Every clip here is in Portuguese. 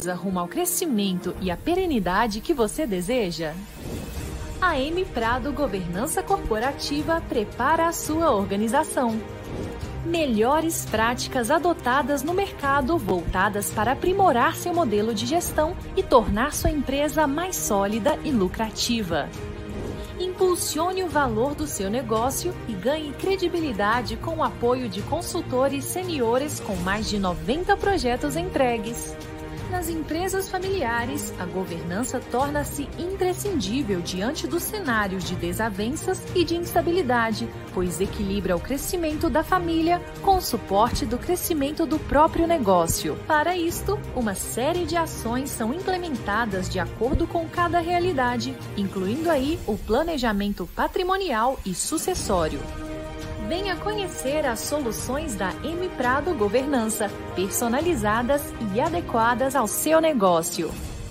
rumo ao crescimento e à perenidade que você deseja? A M Prado Governança Corporativa prepara a sua organização. Melhores práticas adotadas no mercado voltadas para aprimorar seu modelo de gestão e tornar sua empresa mais sólida e lucrativa. Impulsione o valor do seu negócio e ganhe credibilidade com o apoio de consultores seniores com mais de 90 projetos entregues. Nas empresas familiares, a governança torna-se imprescindível diante dos cenários de desavenças e de instabilidade, pois equilibra o crescimento da família com o suporte do crescimento do próprio negócio. Para isto, uma série de ações são implementadas de acordo com cada realidade, incluindo aí o planejamento patrimonial e sucessório. Venha conhecer as soluções da M Prado Governança, personalizadas e adequadas ao seu negócio.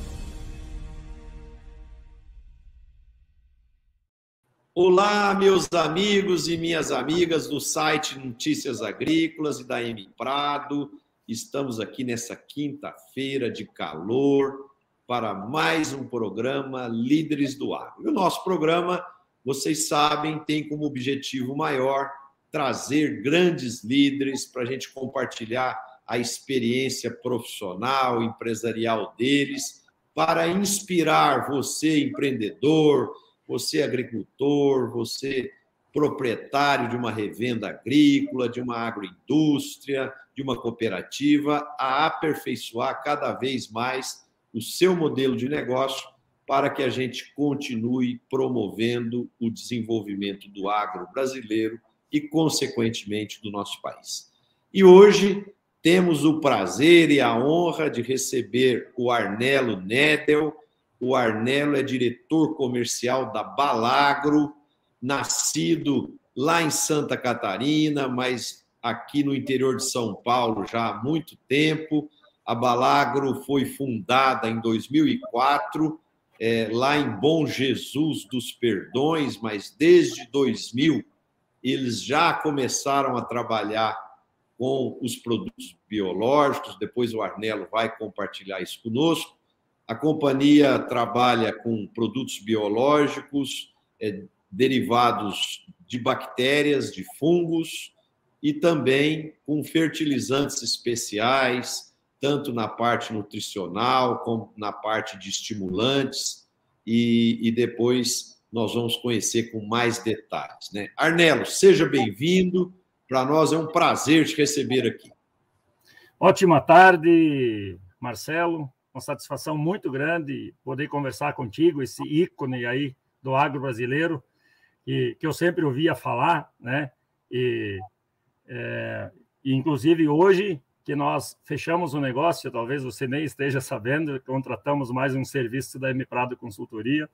Olá, meus amigos e minhas amigas do site Notícias Agrícolas e da M Prado. Estamos aqui nessa quinta-feira de calor para mais um programa Líderes do Agro. E o nosso programa, vocês sabem, tem como objetivo maior trazer grandes líderes para a gente compartilhar a experiência profissional, empresarial deles, para inspirar você, empreendedor, você, agricultor, você, proprietário de uma revenda agrícola, de uma agroindústria, de uma cooperativa, a aperfeiçoar cada vez mais o seu modelo de negócio para que a gente continue promovendo o desenvolvimento do agro brasileiro e, consequentemente, do nosso país. E hoje temos o prazer e a honra de receber o Arnelo Nedel. O Arnelo é diretor comercial da Balagro, nascido lá em Santa Catarina, mas aqui no interior de São Paulo já há muito tempo. A Balagro foi fundada em 2004, lá em Bom Jesus dos Perdões, mas desde 2000 eles já começaram a trabalhar com os produtos biológicos. Depois o Arnelo vai compartilhar isso conosco. A companhia trabalha com produtos biológicos, derivados de bactérias, de fungos, e também com fertilizantes especiais, tanto na parte nutricional como na parte de estimulantes, e depois nós vamos conhecer com mais detalhes, né? Arnelo, seja bem-vindo. Para nós é um prazer te receber aqui. Ótima tarde, Marcelo. Uma satisfação muito grande poder conversar contigo, esse ícone aí do agro brasileiro, que eu sempre ouvia falar, né? E inclusive hoje que nós fechamos um negócio, talvez você nem esteja sabendo, contratamos mais um serviço da M Prado Consultoria,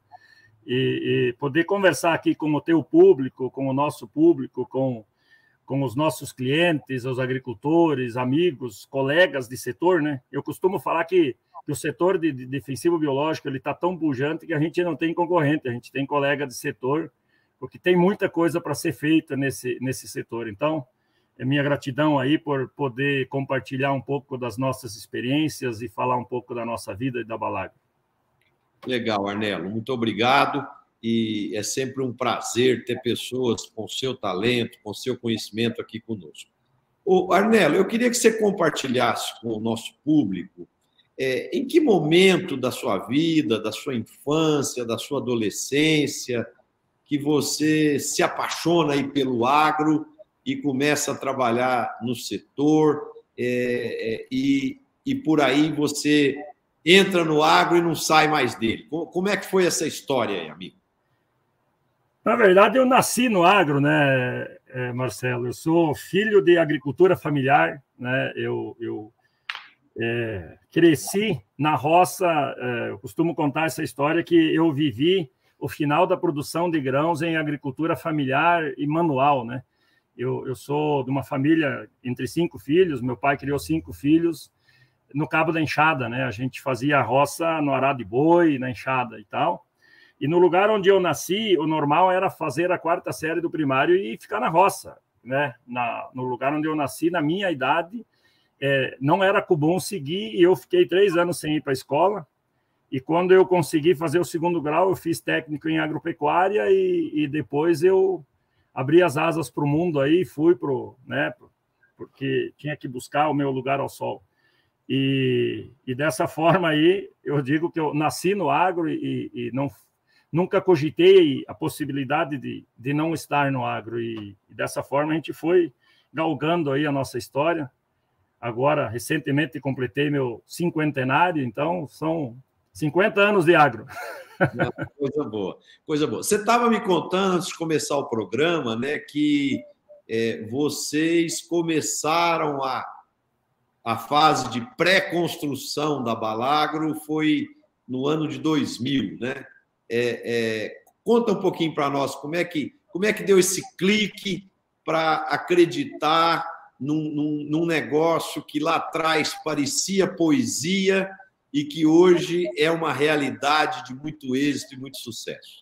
e poder conversar aqui com o teu público, com o nosso público, com os nossos clientes, os agricultores, amigos, colegas de setor, né? Eu costumo falar que o setor de defensivo biológico está tão pujante que a gente não tem concorrente, a gente tem colega de setor, porque tem muita coisa para ser feita nesse setor. Então, é minha gratidão aí por poder compartilhar um pouco das nossas experiências e falar um pouco da nossa vida e da Balagro. Legal, Arnelo, muito obrigado, e é sempre um prazer ter pessoas com seu talento, com seu conhecimento aqui conosco. Arnelo, eu queria que você compartilhasse com o nosso público em que momento da sua vida, da sua infância, da sua adolescência, que você se apaixona aí pelo agro e começa a trabalhar no setor, e por aí você entra no agro e não sai mais dele. Como é que foi essa história aí, amigo? Na verdade, eu nasci no agro, né, Marcelo? Eu sou filho de agricultura familiar, né? Eu cresci na roça. Eu costumo contar essa história que eu vivi o final da produção de grãos em agricultura familiar e manual, né? Eu sou de uma família entre 5 filhos, meu pai criou 5 filhos no cabo da enxada, né? A gente fazia a roça no arado de boi, na enxada e tal. E no lugar onde eu nasci, o normal era fazer a 4ª série do primário e ficar na roça, né? No lugar onde eu nasci, na minha idade, não era comum seguir, e eu fiquei 3 anos sem ir para a escola. E quando eu consegui fazer o 2º grau, eu fiz técnico em agropecuária e depois eu abri as asas para o mundo aí, fui porque tinha que buscar o meu lugar ao sol. E dessa forma aí, eu digo que eu nasci no agro e nunca cogitei a possibilidade de não estar no agro. E dessa forma a gente foi galgando aí a nossa história. Agora, recentemente, completei meu 50º, então são 50 anos de agro. Coisa boa, coisa boa. Você estava me contando, antes de começar o programa, né, que vocês começaram a fase de pré-construção da Balagro foi no ano de 2000, né? Conta um pouquinho para nós como é que deu esse clique para acreditar num negócio que lá atrás parecia poesia e que hoje é uma realidade de muito êxito e muito sucesso.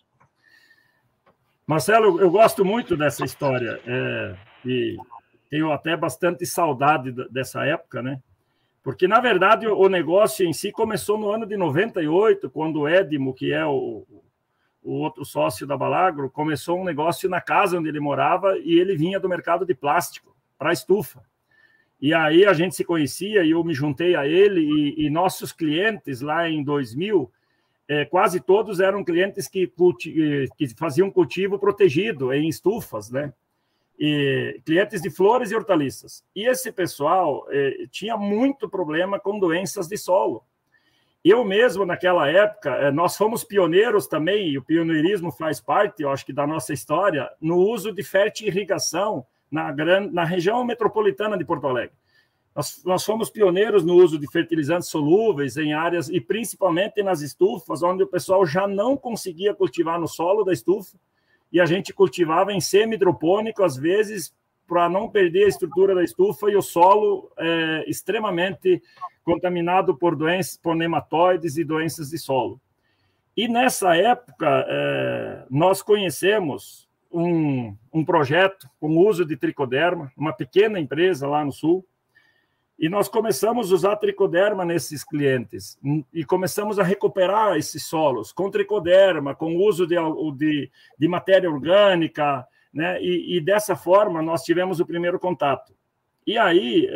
Marcelo, eu gosto muito dessa história e tenho até bastante saudade dessa época, né? Porque, na verdade, o negócio em si começou no ano de 98, quando o Edmo, que é o outro sócio da Balagro, começou um negócio na casa onde ele morava e ele vinha do mercado de plástico para estufa. E aí a gente se conhecia e eu me juntei a ele e nossos clientes lá em 2000, quase todos eram clientes que faziam cultivo protegido em estufas, né? E clientes de flores e hortaliças. E esse pessoal tinha muito problema com doenças de solo. Eu mesmo, naquela época, nós fomos pioneiros também, e o pioneirismo faz parte, eu acho que, da nossa história, no uso de fertirrigação na região metropolitana de Porto Alegre. Nós fomos pioneiros no uso de fertilizantes solúveis em áreas, e principalmente nas estufas, onde o pessoal já não conseguia cultivar no solo da estufa, e a gente cultivava em semi-hidropônico, às vezes, para não perder a estrutura da estufa e o solo extremamente contaminado por doenças, por nematóides e doenças de solo. E nessa época, nós conhecemos um projeto com o uso de tricoderma, uma pequena empresa lá no sul, e nós começamos a usar tricoderma nesses clientes e começamos a recuperar esses solos com tricoderma, com o uso de matéria orgânica, né? E dessa forma nós tivemos o primeiro contato. E aí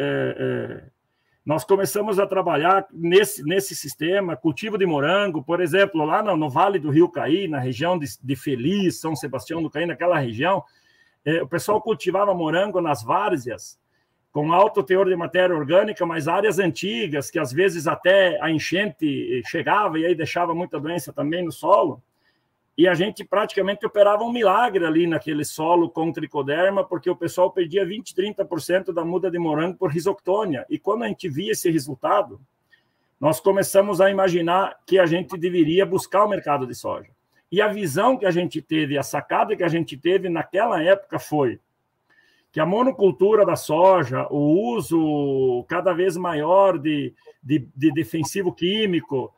nós começamos a trabalhar nesse sistema, cultivo de morango, por exemplo, lá no Vale do Rio Caí, na região de Feliz, São Sebastião do Caí, naquela região, o pessoal cultivava morango nas várzeas, com alto teor de matéria orgânica, mas áreas antigas, que às vezes até a enchente chegava e aí deixava muita doença também no solo, e a gente praticamente operava um milagre ali naquele solo com tricoderma, porque o pessoal perdia 20%, 30% da muda de morango por risoctônia. E quando a gente via esse resultado, nós começamos a imaginar que a gente deveria buscar o mercado de soja. E a visão que a gente teve, a sacada que a gente teve naquela época foi que a monocultura da soja, o uso cada vez maior de defensivo químico,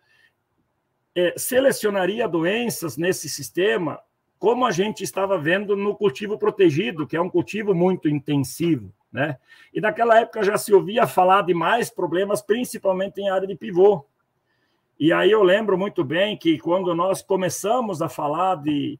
selecionaria doenças nesse sistema, como a gente estava vendo no cultivo protegido, que é um cultivo muito intensivo, né? E naquela época já se ouvia falar de mais problemas, principalmente em área de pivô. E aí eu lembro muito bem que quando nós começamos a falar de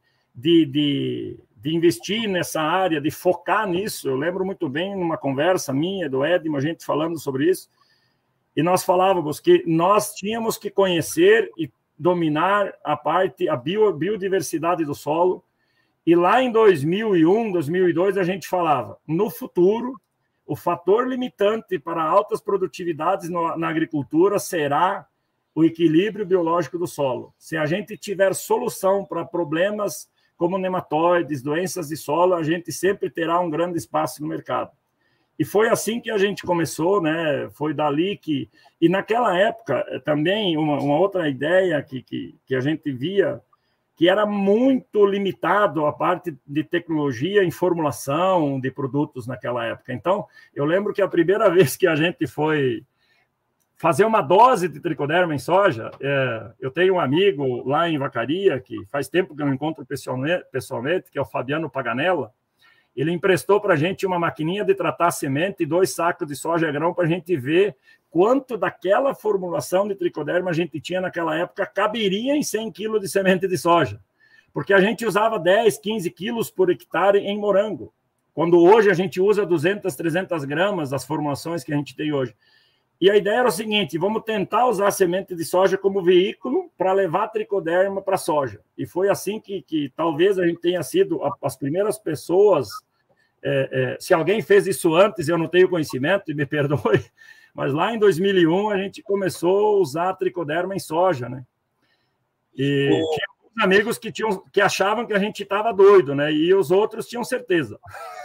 investir nessa área, de focar nisso, eu lembro muito bem numa conversa minha, do Edmo, a gente falando sobre isso, e nós falávamos que nós tínhamos que conhecer e dominar a biodiversidade do solo, e lá em 2001, 2002, a gente falava, no futuro, o fator limitante para altas produtividades na agricultura será o equilíbrio biológico do solo. Se a gente tiver solução para problemas como nematóides, doenças de solo, a gente sempre terá um grande espaço no mercado. E foi assim que a gente começou, né? Foi dali que... E naquela época, também, uma outra ideia que a gente via, que era muito limitado a parte de tecnologia em formulação de produtos naquela época. Então, eu lembro que a primeira vez que a gente foi fazer uma dose de tricoderma em soja, eu tenho um amigo lá em Vacaria, que faz tempo que eu não encontro pessoalmente, que é o Fabiano Paganella, ele emprestou para a gente uma maquininha de tratar semente e 2 sacos de soja grão para a gente ver quanto daquela formulação de tricoderma a gente tinha naquela época caberia em 100 quilos de semente de soja. Porque a gente usava 10, 15 quilos por hectare em morango, quando hoje a gente usa 200, 300 gramas das formulações que a gente tem hoje. E a ideia era o seguinte, vamos tentar usar a semente de soja como veículo para levar tricoderma para a soja. E foi assim que talvez a gente tenha sido as primeiras pessoas, se alguém fez isso antes, eu não tenho conhecimento, e me perdoe, mas lá em 2001 a gente começou a usar a tricoderma em soja, né? E tinha alguns amigos que achavam que a gente estava doido, né? E os outros tinham certeza.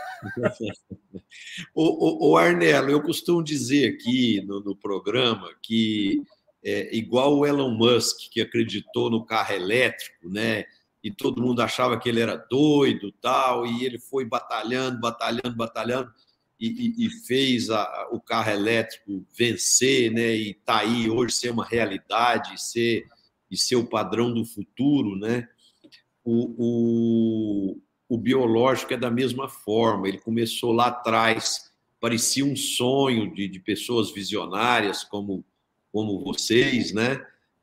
O Arnello, eu costumo dizer aqui no programa que igual o Elon Musk, que acreditou no carro elétrico, né? E todo mundo achava que ele era doido, tal, e ele foi batalhando e fez o carro elétrico vencer, né? E está aí hoje ser uma realidade e ser o padrão do futuro, né? O biológico é da mesma forma. Ele começou lá atrás, parecia um sonho de pessoas visionárias como vocês, né?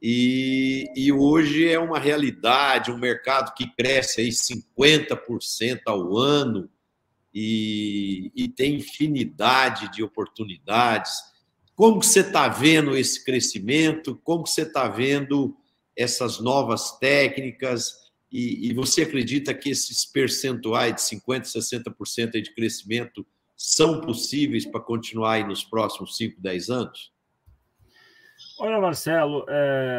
E hoje é uma realidade, um mercado que cresce aí 50% ao ano e tem infinidade de oportunidades. Como que você está vendo esse crescimento? Como que você está vendo essas novas técnicas? E você acredita que esses percentuais de 50%, 60% de crescimento são possíveis para continuar aí nos próximos 5, 10 anos? Olha, Marcelo,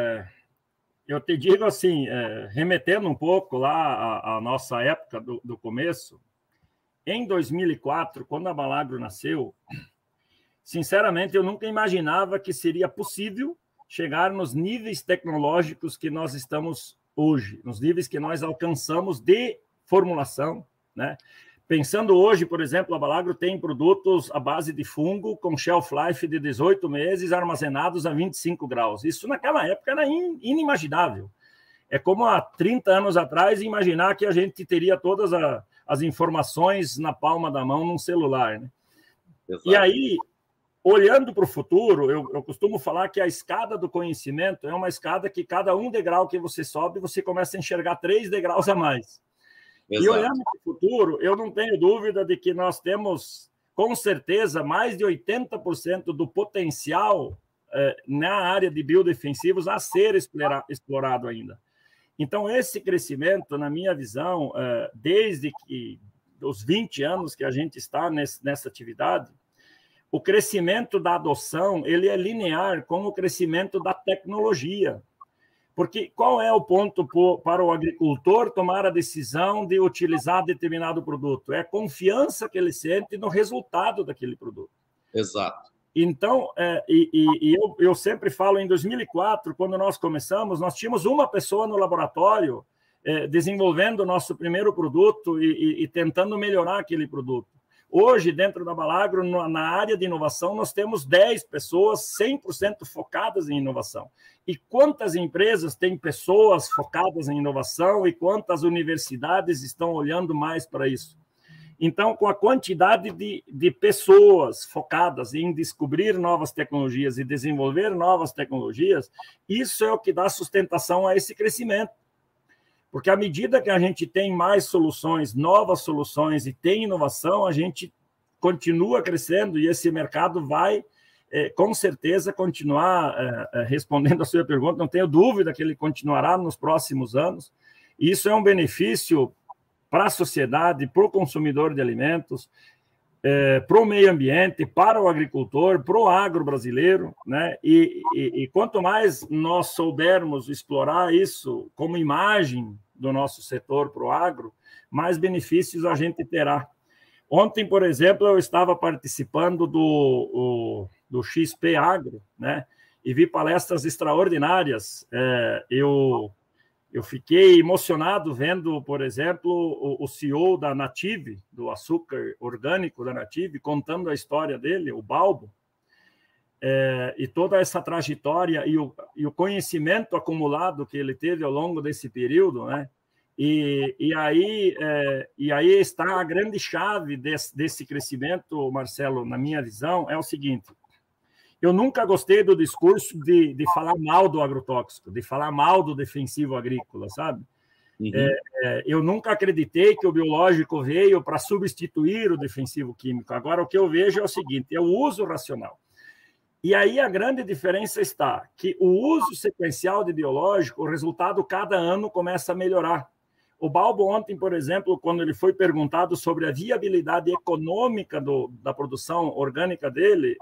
eu te digo assim, remetendo um pouco lá à nossa época do começo, em 2004, quando a Balagro nasceu, sinceramente, eu nunca imaginava que seria possível chegar nos níveis tecnológicos que nós estamos hoje, nos níveis que nós alcançamos de formulação, né? Pensando hoje, por exemplo, a Balagro tem produtos à base de fungo com shelf life de 18 meses armazenados a 25 graus. Isso naquela época era inimaginável. É como há 30 anos atrás imaginar que a gente teria todas as informações na palma da mão num celular, né? Exato. E aí, olhando para o futuro, eu costumo falar que a escada do conhecimento é uma escada que cada um degrau que você sobe, você começa a enxergar 3 degraus a mais. Exato. E olhando para o futuro, eu não tenho dúvida de que nós temos, com certeza, mais de 80% do potencial na área de biodefensivos a ser explorado ainda. Então, esse crescimento, na minha visão, desde que os 20 anos que a gente está nessa atividade, o crescimento da adoção ele é linear com o crescimento da tecnologia. Porque qual é o ponto para o agricultor tomar a decisão de utilizar determinado produto? É a confiança que ele sente no resultado daquele produto. Exato. Então, eu sempre falo, em 2004, quando nós começamos, nós tínhamos uma pessoa no laboratório desenvolvendo o nosso primeiro produto e tentando melhorar aquele produto. Hoje, dentro da Balagro, na área de inovação, nós temos 10 pessoas 100% focadas em inovação. E quantas empresas têm pessoas focadas em inovação e quantas universidades estão olhando mais para isso? Então, com a quantidade de pessoas focadas em descobrir novas tecnologias e desenvolver novas tecnologias, isso é o que dá sustentação a esse crescimento. Porque à medida que a gente tem mais soluções, novas soluções e tem inovação, a gente continua crescendo e esse mercado vai, com certeza, continuar respondendo a sua pergunta. Não tenho dúvida que ele continuará nos próximos anos. E isso é um benefício para a sociedade, para o consumidor de alimentos, para o meio ambiente, para o agricultor, para o agro brasileiro, né? E quanto mais nós soubermos explorar isso como imagem do nosso setor para o agro, mais benefícios a gente terá. Ontem, por exemplo, eu estava participando do XP Agro, né? E vi palestras extraordinárias. Eu fiquei emocionado vendo, por exemplo, o CEO da Native, do açúcar orgânico da Native, contando a história dele, o Balbo, e toda essa trajetória e o conhecimento acumulado que ele teve ao longo desse período, né? E aí está a grande chave desse crescimento, Marcelo, na minha visão, é o seguinte: eu nunca gostei do discurso de falar mal do agrotóxico, de falar mal do defensivo agrícola, sabe? Uhum. Eu nunca acreditei que o biológico veio para substituir o defensivo químico. Agora, o que eu vejo é o seguinte: é o uso racional. E aí a grande diferença está que o uso sequencial de biológico, o resultado cada ano começa a melhorar. O Balbo ontem, por exemplo, quando ele foi perguntado sobre a viabilidade econômica da produção orgânica dele,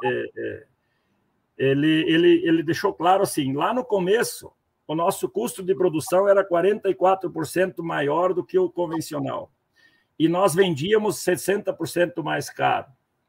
ele deixou claro assim: lá no começo, o nosso custo de produção era 44% maior do que o convencional. E nós vendíamos 60% mais caro.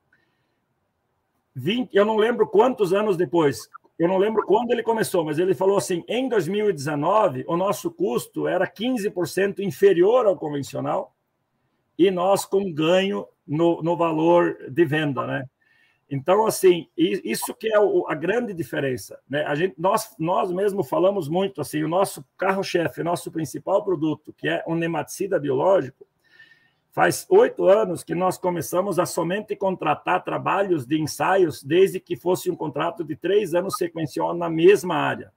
Eu não lembro quantos anos depois, eu não lembro quando ele começou, mas ele falou assim: em 2019, o nosso custo era 15% inferior ao convencional e nós com ganho no valor de venda, né? Então, assim, isso que é a grande diferença, né? Nós mesmo falamos muito, assim, o nosso carro-chefe, nosso principal produto, que é um nematicida biológico, faz 8 anos que nós começamos a somente contratar trabalhos de ensaios desde que fosse um contrato de 3 anos sequencial na mesma área.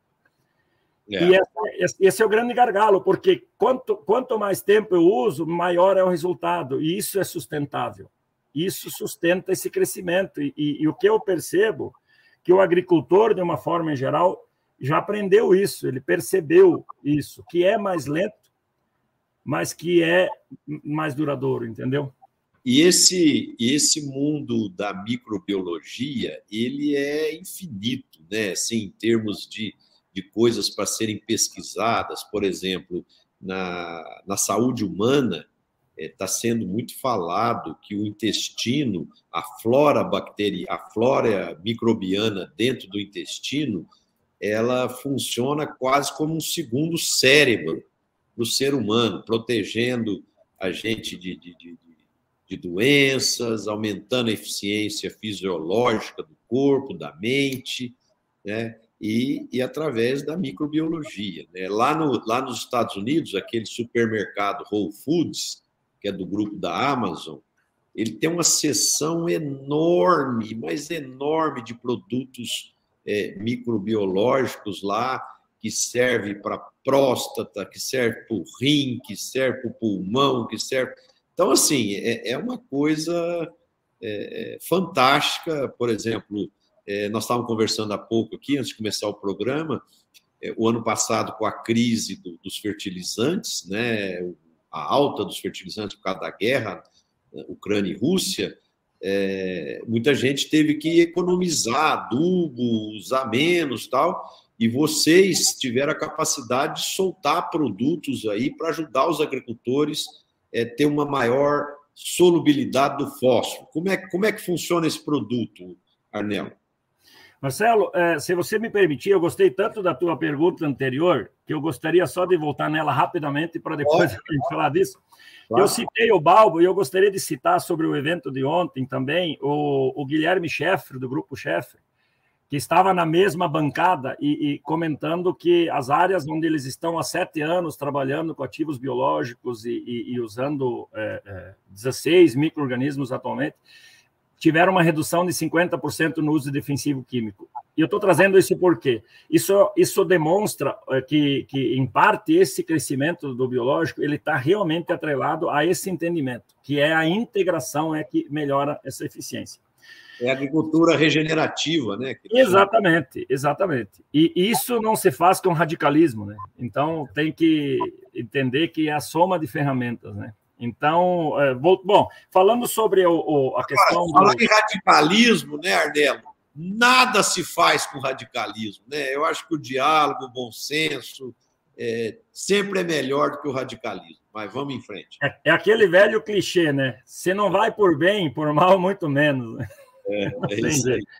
E esse é o grande gargalo, porque quanto mais tempo eu uso, maior é o resultado, e isso é sustentável. Isso sustenta esse crescimento. E o que eu percebo, que o agricultor, de uma forma em geral, já aprendeu isso, ele percebeu isso, que é mais lento, mas que é mais duradouro, entendeu? E esse mundo da microbiologia, ele é infinito, né? Assim, em termos de coisas para serem pesquisadas. Por exemplo, na saúde humana, está sendo muito falado que o intestino, a flora microbiana dentro do intestino, ela funciona quase como um segundo cérebro do ser humano, protegendo a gente de doenças, aumentando a eficiência fisiológica do corpo, da mente, né? E através da microbiologia, né? Lá nos Estados Unidos, aquele supermercado Whole Foods, que é do grupo da Amazon, ele tem uma seção enorme, mas enorme, de produtos microbiológicos lá, que serve para próstata, que serve para o rim, que serve para o pulmão, que serve... Então, assim, é uma coisa fantástica. Por exemplo, nós estávamos conversando há pouco aqui, antes de começar o programa, o ano passado, com a crise dos fertilizantes, né, a alta dos fertilizantes por causa da guerra, Ucrânia e Rússia, muita gente teve que economizar adubo, usar menos, tal, e vocês tiveram a capacidade de soltar produtos aí para ajudar os agricultores a ter uma maior solubilidade do fósforo. Como é que funciona esse produto, Arnello? Marcelo, se você me permitir, eu gostei tanto da tua pergunta anterior, que eu gostaria só de voltar nela rapidamente para depois a gente falar disso. Claro. Eu citei o Balbo e eu gostaria de citar sobre o evento de ontem também o Guilherme Scheffer, do Grupo Scheffer, que estava na mesma bancada e comentando que as áreas onde eles estão há 7 anos trabalhando com ativos biológicos e usando 16 micro-organismos atualmente, tiveram uma redução de 50% no uso de defensivo químico. E eu estou trazendo isso porque isso demonstra que, em parte, esse crescimento do biológico ele está realmente atrelado a esse entendimento, que é a integração que melhora essa eficiência. É a agricultura regenerativa, né? Exatamente. E isso não se faz com radicalismo, né? Então, tem que entender que é a soma de ferramentas, né? Então, bom, falando sobre a questão... Falar em radicalismo, né, Arnello? Nada se faz com radicalismo, né? Eu acho que o diálogo, o bom senso, sempre é melhor do que o radicalismo. Mas vamos em frente. É aquele velho clichê, né? Se não vai por bem, por mal, muito menos. É isso aí.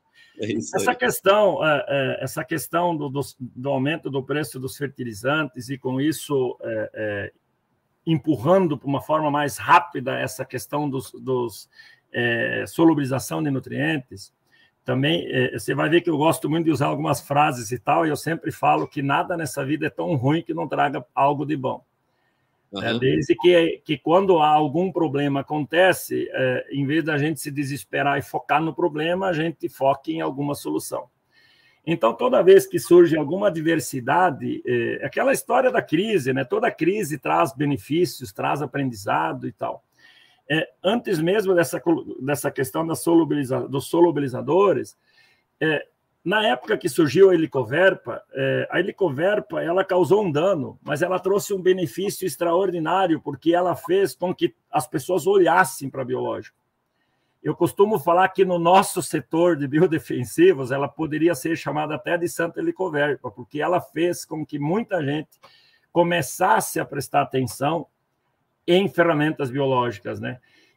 Essa questão do aumento do preço dos fertilizantes e, com isso... empurrando para uma forma mais rápida essa questão dos solubilização de nutrientes. Também você vai ver que eu gosto muito de usar algumas frases e tal, e eu sempre falo que nada nessa vida é tão ruim que não traga algo de bom. Né? Desde que quando há algum problema acontece, em vez da gente se desesperar e focar no problema, a gente foca em alguma solução. Então, toda vez que surge alguma adversidade, aquela história da crise, né? Toda crise traz benefícios, traz aprendizado e tal. Antes mesmo dessa questão dos solubilizadores, na época que surgiu a Helicoverpa, ela causou um dano, mas ela trouxe um benefício extraordinário, porque ela fez com que as pessoas olhassem para biológico. Eu costumo falar que no nosso setor de biodefensivos, ela poderia ser chamada até de Santa Helicoverpa, porque ela fez com que muita gente começasse a prestar atenção em ferramentas biológicas, né?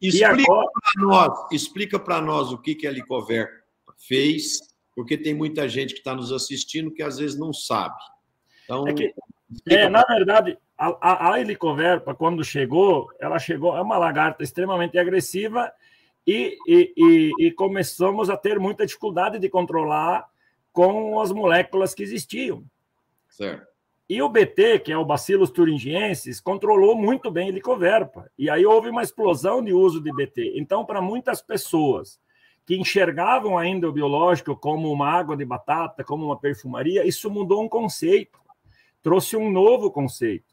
Explica para nós o que a Helicoverpa fez, porque tem muita gente que está nos assistindo que às vezes não sabe. Então, na verdade, a Helicoverpa, quando chegou, é uma lagarta extremamente agressiva e começamos a ter muita dificuldade de controlar com as moléculas que existiam. Certo. E o BT, que é o Bacillus thuringiensis, controlou muito bem a Helicoverpa. E aí houve uma explosão de uso de BT. Então, para muitas pessoas que enxergavam ainda o biológico como uma água de batata, como uma perfumaria, isso mudou um conceito, trouxe um novo conceito,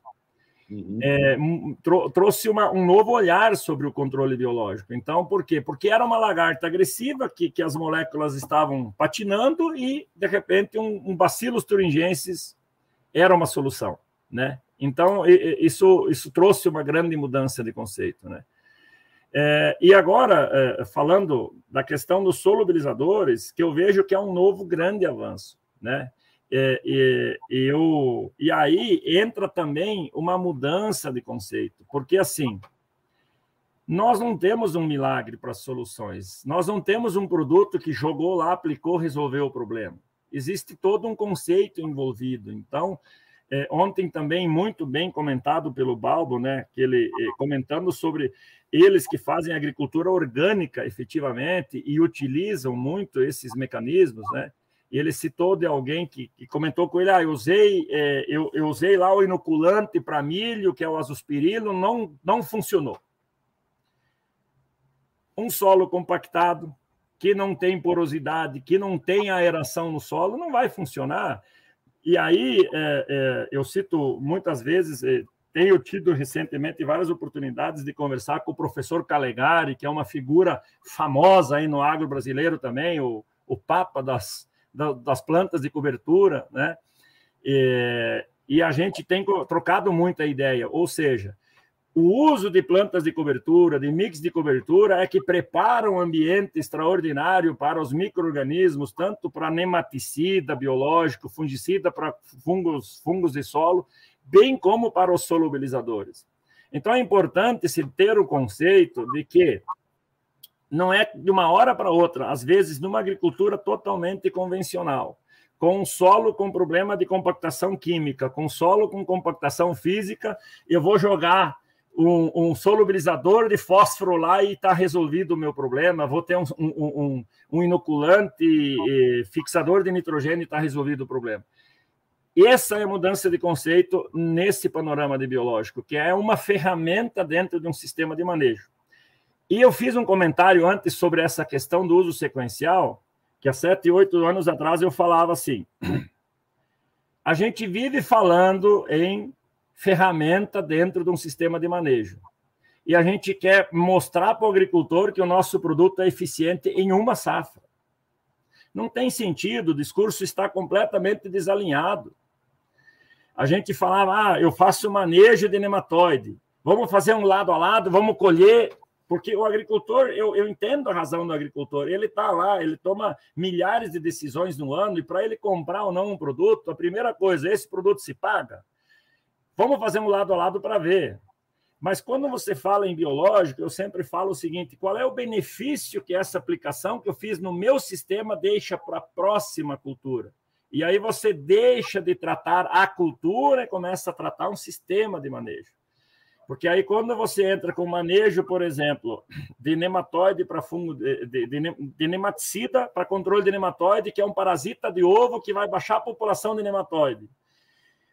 trouxe um novo olhar sobre o controle biológico. Então, por quê? Porque era uma lagarta agressiva, que as moléculas estavam patinando e, de repente, um Bacillus thuringiensis era uma solução, né? Então, isso trouxe uma grande mudança de conceito, né? E agora, falando da questão dos solubilizadores, que eu vejo que é um novo grande avanço, né? E aí entra também uma mudança de conceito, porque assim, nós não temos um milagre para as soluções, nós não temos um produto que jogou lá, aplicou, resolveu o problema. Existe todo um conceito envolvido. Então, ontem também muito bem comentado pelo Balbo, né? Que ele comentando sobre eles que fazem agricultura orgânica efetivamente e utilizam muito esses mecanismos, né? E ele citou de alguém que comentou com ele, eu usei lá o inoculante para milho, que é o azospirilo, não funcionou. Um solo compactado, que não tem porosidade, que não tem aeração no solo, não vai funcionar. E aí, eu cito muitas vezes, tenho tido recentemente várias oportunidades de conversar com o professor Calegari, que é uma figura famosa aí no agro brasileiro também, o papa das plantas de cobertura, né? E a gente tem trocado muita ideia, ou seja, o uso de plantas de cobertura, de mix de cobertura, é que prepara um ambiente extraordinário para os micro-organismos, tanto para nematicida biológico, fungicida para fungos de solo, bem como para os solubilizadores. Então, é importante se ter o conceito de que não é de uma hora para outra, às vezes numa agricultura totalmente convencional, com solo com problema de compactação química, com solo com compactação física, eu vou jogar um solubilizador de fósforo lá e está resolvido o meu problema, vou ter um inoculante fixador de nitrogênio e está resolvido o problema. Essa é a mudança de conceito nesse panorama de biológico, que é uma ferramenta dentro de um sistema de manejo. E eu fiz um comentário antes sobre essa questão do uso sequencial, que há 7, 8 anos atrás eu falava assim, a gente vive falando em ferramenta dentro de um sistema de manejo. E a gente quer mostrar para o agricultor que o nosso produto é eficiente em uma safra. Não tem sentido, o discurso está completamente desalinhado. A gente falava, eu faço manejo de nematóide, vamos fazer um lado a lado, vamos colher, porque o agricultor, eu entendo a razão do agricultor, ele está lá, ele toma milhares de decisões no ano, e para ele comprar ou não um produto, a primeira coisa, esse produto se paga? Vamos fazer um lado a lado para ver. Mas quando você fala em biológico, eu sempre falo o seguinte, qual é o benefício que essa aplicação que eu fiz no meu sistema deixa para a próxima cultura? E aí você deixa de tratar a cultura e começa a tratar um sistema de manejo. Porque aí quando você entra com manejo, por exemplo, de nematóide para fungo, de nematicida para controle de nematóide, que é um parasita de ovo que vai baixar a população de nematóide.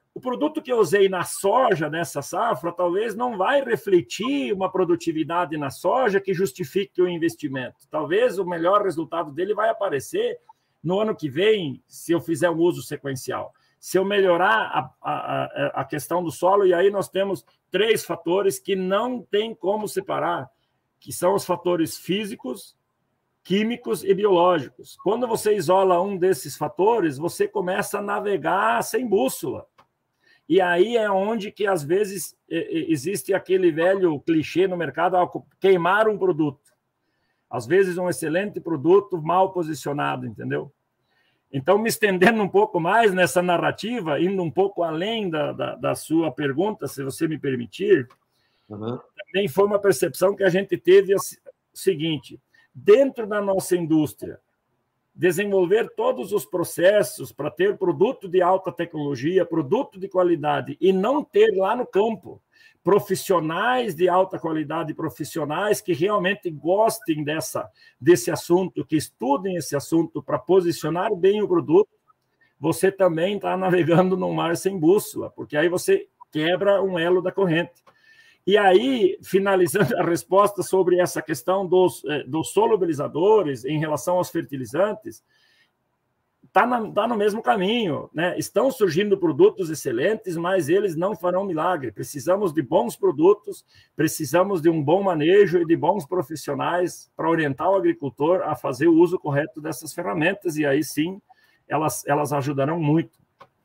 O produto que eu usei na soja, nessa safra, talvez não vai refletir uma produtividade na soja que justifique o investimento. Talvez o melhor resultado dele vai aparecer no ano que vem, se eu fizer um uso sequencial. Se eu melhorar a questão do solo, e aí nós temos 3 fatores que não tem como separar, que são os fatores físicos, químicos e biológicos. Quando você isola um desses fatores, você começa a navegar sem bússola. E aí é onde que, às vezes, existe aquele velho clichê no mercado, queimar um produto. Às vezes, um excelente produto mal posicionado, entendeu? Então, me estendendo um pouco mais nessa narrativa, indo um pouco além da sua pergunta, se você me permitir, também foi uma percepção que a gente teve o seguinte: dentro da nossa indústria, desenvolver todos os processos para ter produto de alta tecnologia, produto de qualidade, e não ter lá no campo profissionais de alta qualidade, profissionais que realmente gostem desse assunto, que estudem esse assunto para posicionar bem o produto, você também está navegando num mar sem bússola, porque aí você quebra um elo da corrente. E aí, finalizando a resposta sobre essa questão dos solubilizadores em relação aos fertilizantes, está no mesmo caminho, né? Estão surgindo produtos excelentes, mas eles não farão milagre. Precisamos de bons produtos, precisamos de um bom manejo e de bons profissionais para orientar o agricultor a fazer o uso correto dessas ferramentas, e aí sim, elas ajudarão muito.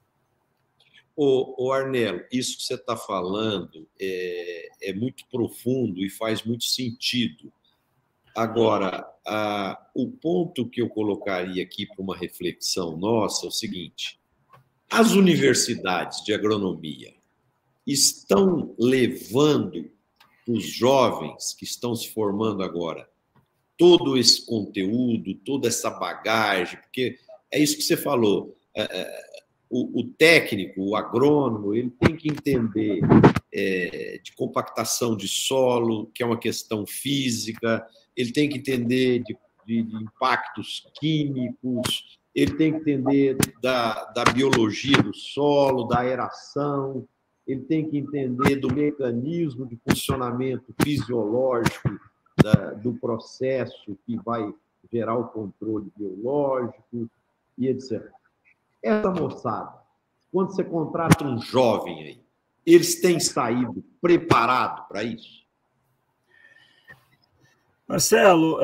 Ô Arnelo, isso que você está falando é muito profundo e faz muito sentido. Agora, o ponto que eu colocaria aqui para uma reflexão nossa é o seguinte: as universidades de agronomia estão levando os jovens que estão se formando agora todo esse conteúdo, toda essa bagagem, porque é isso que você falou, o técnico, o agrônomo, ele tem que entender de compactação de solo, que é uma questão física, ele tem que entender de impactos químicos, ele tem que entender da biologia do solo, da aeração, ele tem que entender do mecanismo de funcionamento fisiológico do processo que vai gerar o controle biológico e etc. Essa moçada, quando você contrata um jovem aí, eles têm saído preparados para isso? Marcelo,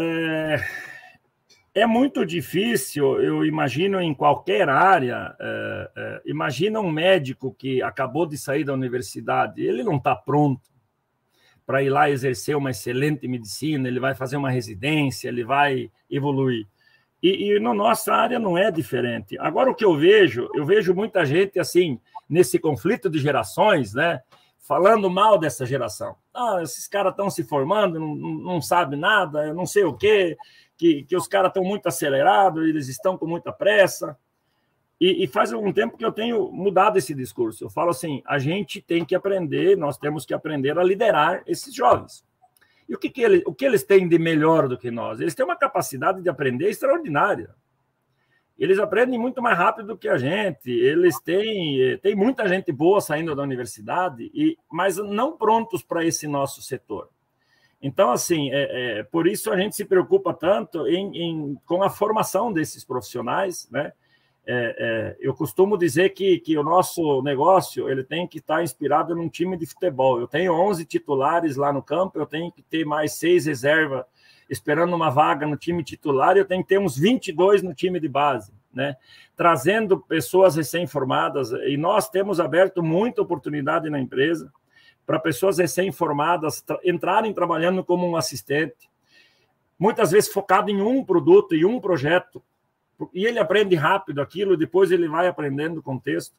é muito difícil, eu imagino, em qualquer área. Imagina um médico que acabou de sair da universidade, ele não está pronto para ir lá exercer uma excelente medicina, ele vai fazer uma residência, ele vai evoluir. E na nossa área não é diferente. Agora, o que eu vejo muita gente assim, nesse conflito de gerações, né, falando mal dessa geração. Esses caras estão se formando, não sabem nada, eu não sei o quê, que os caras estão muito acelerados, eles estão com muita pressa. E faz algum tempo que eu tenho mudado esse discurso. Eu falo assim, a gente tem que aprender, nós temos que aprender a liderar esses jovens. E o que eles têm de melhor do que nós? Eles têm uma capacidade de aprender extraordinária. Eles aprendem muito mais rápido do que a gente. Eles têm muita gente boa saindo da universidade, mas não prontos para esse nosso setor. Então, assim, por isso a gente se preocupa tanto com a formação desses profissionais, né? Eu costumo dizer que o nosso negócio ele tem que estar inspirado num time de futebol. Eu tenho 11 titulares lá no campo, eu tenho que ter mais 6 reservas esperando uma vaga no time titular, e eu tenho que ter uns 22 no time de base, né? Trazendo pessoas recém-formadas, e nós temos aberto muita oportunidade na empresa para pessoas recém-formadas entrarem trabalhando como um assistente, muitas vezes focado em um produto e um projeto, e ele aprende rápido aquilo, depois ele vai aprendendo o contexto.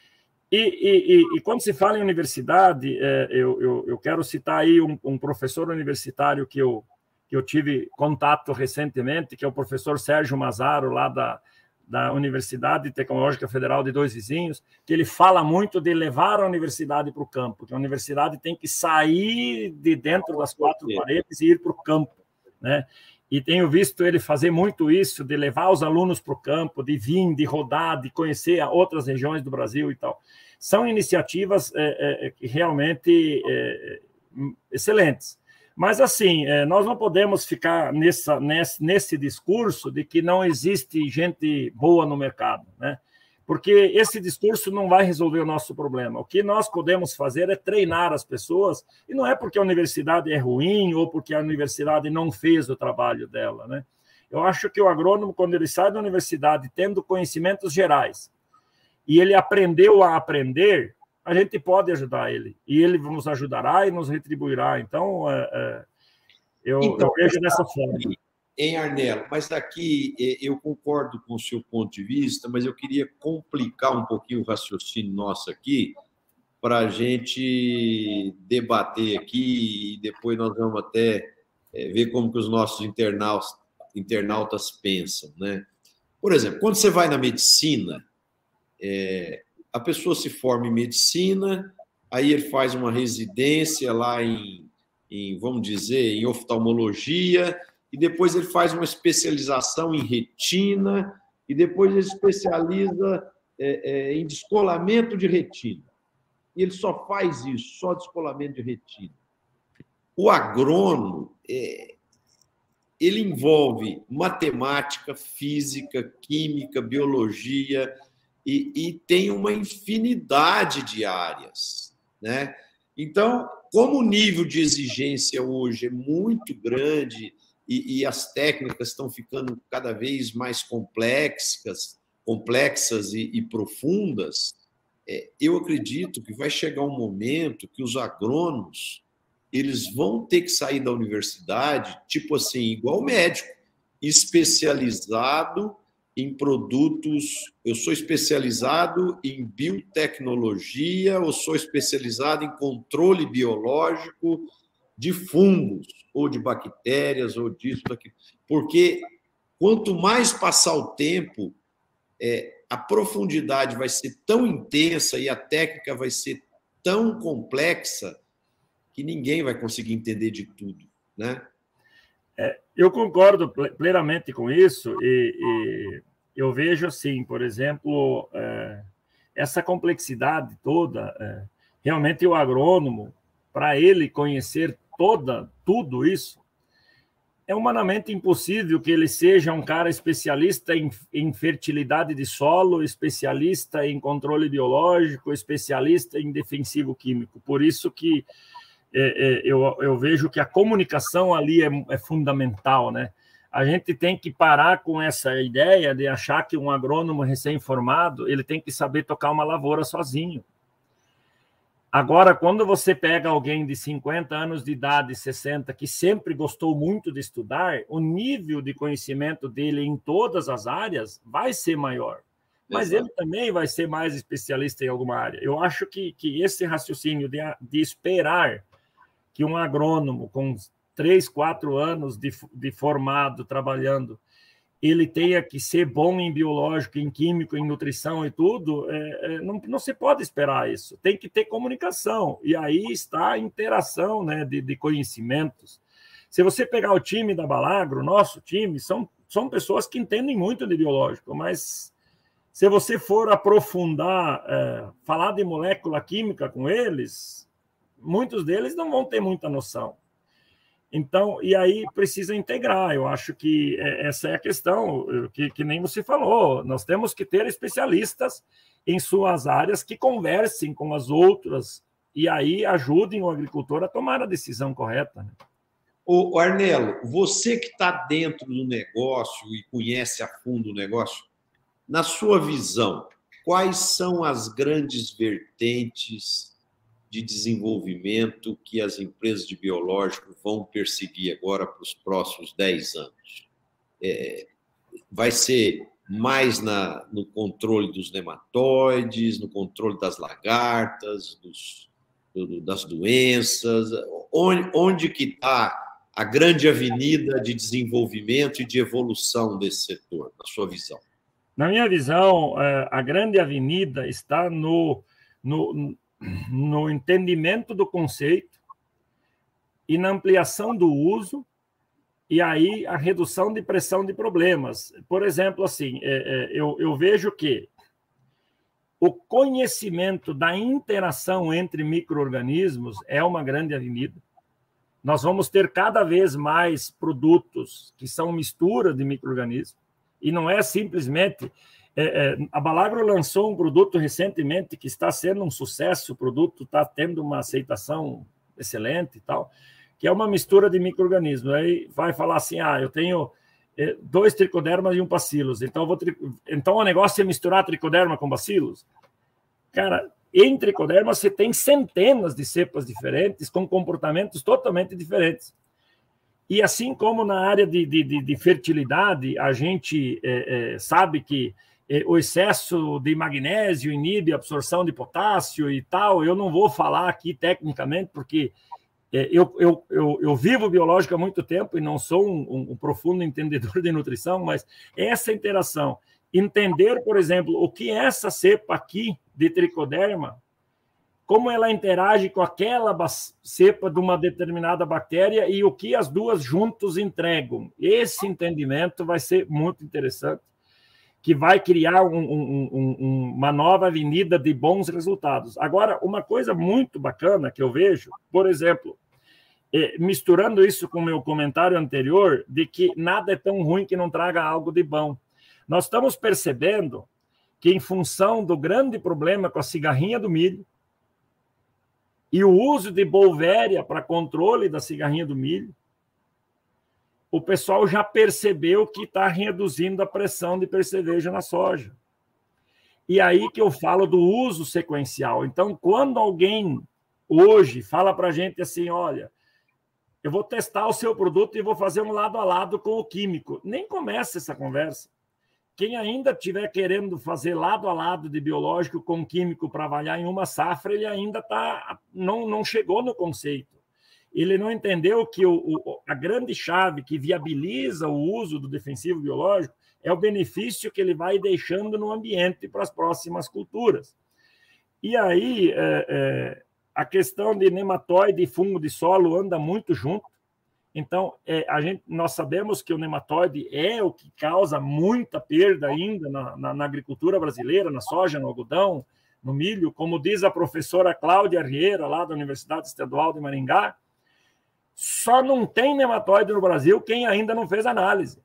E quando se fala em universidade, eu quero citar aí um professor universitário que eu tive contato recentemente, que é o professor Sérgio Mazaro, lá da Universidade Tecnológica Federal de Dois Vizinhos, que ele fala muito de levar a universidade para o campo, que a universidade tem que sair de dentro das 4 paredes e ir para o campo, né? e tenho visto ele fazer muito isso, de levar os alunos para o campo, de vir, de rodar, de conhecer outras regiões do Brasil e tal. São iniciativas realmente excelentes. Mas, assim, nós não podemos ficar nesse discurso de que não existe gente boa no mercado, né? Porque esse discurso não vai resolver o nosso problema. O que nós podemos fazer é treinar as pessoas, e não é porque a universidade é ruim ou porque a universidade não fez o trabalho dela, né? Eu acho que o agrônomo, quando ele sai da universidade tendo conhecimentos gerais e ele aprendeu a aprender, a gente pode ajudar ele, e ele nos ajudará e nos retribuirá. Então, eu vejo dessa forma. Em Arnelo, mas daqui eu concordo com o seu ponto de vista, mas eu queria complicar um pouquinho o raciocínio nosso aqui para a gente debater aqui e depois nós vamos até ver como que os nossos internautas pensam, né? Por exemplo, quando você vai na medicina, a pessoa se forma em medicina, aí ele faz uma residência lá em vamos dizer, em oftalmologia, e depois ele faz uma especialização em retina, e depois ele especializa em descolamento de retina. E ele só faz isso, só descolamento de retina. O agrônomo, ele envolve matemática, física, química, biologia, e tem uma infinidade de áreas, né? Então, como o nível de exigência hoje é muito grande, e as técnicas estão ficando cada vez mais complexas e profundas, eu acredito que vai chegar um momento que os agrônomos eles vão ter que sair da universidade, tipo assim, igual médico, especializado em produtos. Eu sou especializado em biotecnologia, ou sou especializado em controle biológico de fungos, ou de bactérias, ou disso, daquilo. Porque quanto mais passar o tempo, a profundidade vai ser tão intensa e a técnica vai ser tão complexa que ninguém vai conseguir entender de tudo, né? Eu concordo plenamente com isso, e eu vejo, assim, por exemplo, essa complexidade toda, realmente o agrônomo, para ele conhecer tudo isso, é humanamente impossível que ele seja um cara especialista em fertilidade de solo, especialista em controle biológico, especialista em defensivo químico. Por isso que eu vejo que a comunicação ali é fundamental, né? A gente tem que parar com essa ideia de achar que um agrônomo recém-formado ele tem que saber tocar uma lavoura sozinho. Agora, quando você pega alguém de 50 anos de idade, 60, que sempre gostou muito de estudar, o nível de conhecimento dele em todas as áreas vai ser maior. Mas Exato. Ele também vai ser mais especialista em alguma área. Eu acho que esse raciocínio de esperar que um agrônomo com 3, 4 anos de formado, trabalhando, ele tenha que ser bom em biológico, em químico, em nutrição e tudo, não se pode esperar isso. Tem que ter comunicação, e aí está a interação, né, de conhecimentos. Se você pegar o time da Balagro, nosso time, são pessoas que entendem muito de biológico, mas se você for aprofundar, falar de molécula química com eles, muitos deles não vão ter muita noção. Então, e aí precisa integrar. Eu acho que essa é a questão, que nem você falou. Nós temos que ter especialistas em suas áreas que conversem com as outras e aí ajudem o agricultor a tomar a decisão correta, né? Ô, Arnelo, você que está dentro do negócio e conhece a fundo o negócio, na sua visão, quais são as grandes vertentes de desenvolvimento que as empresas de biológico vão perseguir agora para os próximos 10 anos? Vai ser mais no controle dos nematóides, no controle das lagartas, das doenças? Onde que está a grande avenida de desenvolvimento e de evolução desse setor, na sua visão? Na minha visão, a grande avenida está no entendimento do conceito e na ampliação do uso E aí a redução de pressão de problemas. Por exemplo, assim, eu vejo que o conhecimento da interação entre micro-organismos é uma grande avenida. Nós vamos ter cada vez mais produtos que são mistura de micro-organismos, e não é simplesmente... a Balagro lançou um produto recentemente que está sendo um sucesso, o produto está tendo uma aceitação excelente e tal, que é uma mistura de micro-organismos. Aí vai falar assim, eu tenho 2 tricodermas e um bacilos, então o negócio é misturar tricoderma com bacilos? Cara, em tricoderma você tem centenas de cepas diferentes com comportamentos totalmente diferentes. E assim como na área de fertilidade, a gente sabe que o excesso de magnésio inibe a absorção de potássio e tal, eu não vou falar aqui tecnicamente, porque eu vivo biológico há muito tempo e não sou um profundo entendedor de nutrição, mas essa interação, entender, por exemplo, o que é essa cepa aqui de tricoderma, como ela interage com aquela cepa de uma determinada bactéria e o que as duas juntos entregam. Esse entendimento vai ser muito interessante, que vai criar uma nova avenida de bons resultados. Agora, uma coisa muito bacana que eu vejo, por exemplo, misturando isso com o meu comentário anterior, de que nada é tão ruim que não traga algo de bom. Nós estamos percebendo que, em função do grande problema com a cigarrinha do milho e o uso de Bolvéria para controle da cigarrinha do milho, o pessoal já percebeu que está reduzindo a pressão de percevejo na soja. E aí que eu falo do uso sequencial. Então, quando alguém hoje fala para a gente assim, olha, eu vou testar o seu produto e vou fazer um lado a lado com o químico, nem começa essa conversa. Quem ainda estiver querendo fazer lado a lado de biológico com químico para avaliar em uma safra, ele ainda não chegou no conceito. Ele não entendeu que a grande chave que viabiliza o uso do defensivo biológico é o benefício que ele vai deixando no ambiente para as próximas culturas. E aí, a questão de nematóide e fungo de solo anda muito junto. Então, nós sabemos que o nematóide é o que causa muita perda ainda na agricultura brasileira, na soja, no algodão, no milho. Como diz a professora Cláudia Rieira, lá da Universidade Estadual de Maringá, só não tem nematóide no Brasil quem ainda não fez análise.